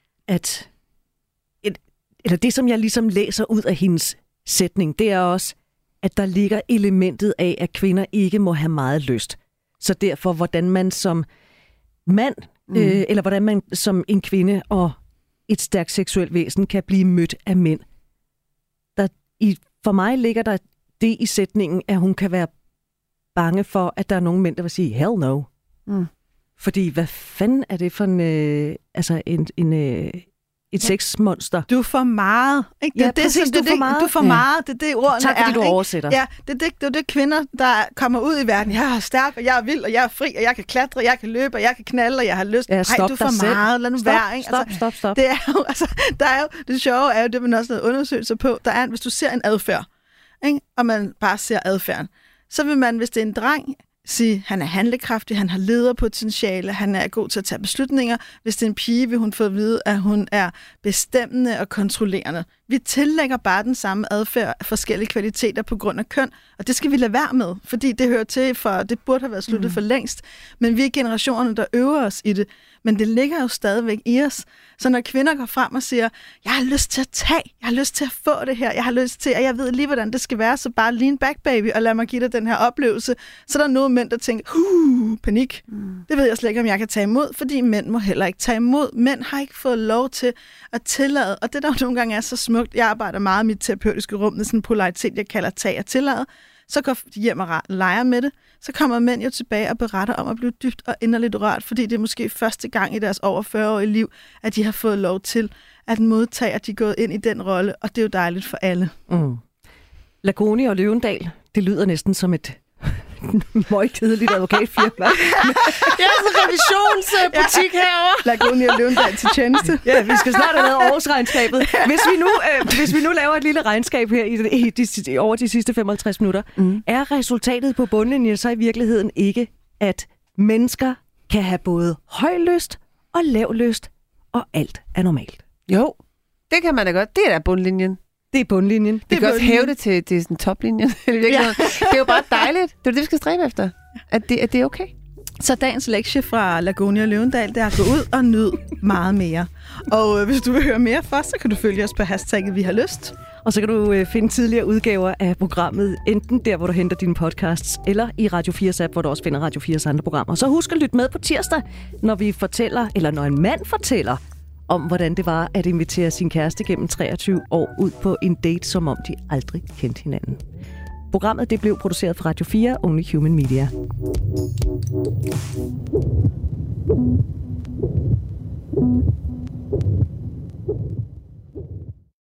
at et, eller det, som jeg ligesom læser ud af hendes sætning, det er også, at der ligger elementet af, at kvinder ikke må have meget lyst. Så derfor, hvordan man som mand, mm. øh, eller hvordan man som en kvinde og et stærkt seksuelt væsen kan blive mødt af mænd. Der, i, for mig ligger der det i sætningen, at hun kan være bange for, at der er nogle mænd, der vil sige, hell no. Mm. Fordi hvad fanden er det for en, øh, altså en, en, øh, et ja. sexmonster? Du er for meget. Ikke? Det, ja, det, præcis, det, du er det, for meget. Du er for ja. meget, det er det, ordene tak, fordi er. du ikke? oversætter. Ja, det er det, det, det er kvinder, der kommer ud i verden. Jeg er stærk, og jeg er vild, og jeg er fri, og jeg kan klatre, jeg kan løbe, og jeg kan knalde, og jeg har lyst. Ja, Nej, du er for meget. Lad nu stop, være. Ikke? Stop, altså, stop, stop. Det er jo, altså, der er jo, det sjove er jo, det man også har undersøgelser på, der er, hvis du ser en adfærd, ikke? Og man bare ser adfærden, så vil man, hvis det er en dreng, sige, han er handlekraftig, han har lederpotentiale, han er god til at tage beslutninger. Hvis det er en pige, vil hun få at vide, at hun er bestemmende og kontrollerende. Vi tillægger bare den samme adfærd af forskellige kvaliteter på grund af køn, og det skal vi lade være med, fordi det hører til, for det burde have været sluttet mm. for længst. Men vi er generationerne, der øver os i det. Men det ligger jo stadigvæk i os. Så når kvinder går frem og siger, jeg har lyst til at tage, jeg har lyst til at få det her, jeg har lyst til, og jeg ved lige, hvordan det skal være, så bare lean back, baby, og lad mig give dig den her oplevelse. Så der er nogle mænd, der tænker, huh, panik. Mm. Det ved jeg slet ikke, om jeg kan tage imod, fordi mænd må heller ikke tage imod. Mænd har ikke fået lov til at tillade, og det der nogle gange er så smukt, jeg arbejder meget i mit terapeutiske rum med sådan en polaritet, jeg kalder tag og tillade. Så går de hjem og leger med det. Så kommer mænd jo tilbage og beretter om at blive dybt og inderligt rørt, fordi det er måske første gang i deres over fyrre-årige liv, at de har fået lov til at modtage, at de er gået ind i den rolle, og det er jo dejligt for alle. Mm. Lagoni og Løvendal, det lyder næsten som et meget kedeligt advokatfirma. Jeg er sådan en revisionsbutik ja. herovre. Lagoni og Løvendal til tjeneste. Ja, vi skal snart have lavet årsregnskabet. Hvis vi nu, øh, hvis vi nu laver et lille regnskab her i, i de, over de sidste femoghalvtreds minutter, mm. er resultatet på bundlinjen så i virkeligheden ikke, at mennesker kan have både høj lyst og lav lyst, og alt er normalt? Jo, det kan man da godt. Det er da bundlinjen. Det er bundlinjen. Det kan også hæve det til, til sådan toplinjen. Ja. Det er jo bare dejligt. Det er det, vi skal stræbe efter. At det, at det er okay. Så dagens lektie fra Lagonia Løvendal, det er at gå ud og nyde meget mere. Og øh, hvis du vil høre mere for, så kan du følge os på hashtagget Vi har lyst. Og så kan du øh, finde tidligere udgaver af programmet, enten der, hvor du henter dine podcasts, eller i Radio fires app, hvor du også finder Radio fires andre programmer. Så husk at lytte med på tirsdag, når vi fortæller, eller når en mand fortæller, om hvordan det var at invitere sin kæreste gennem treogtyve år ud på en date, som om de aldrig kendte hinanden. Programmet det blev produceret for Radio fire, Only Human Media. Thank you.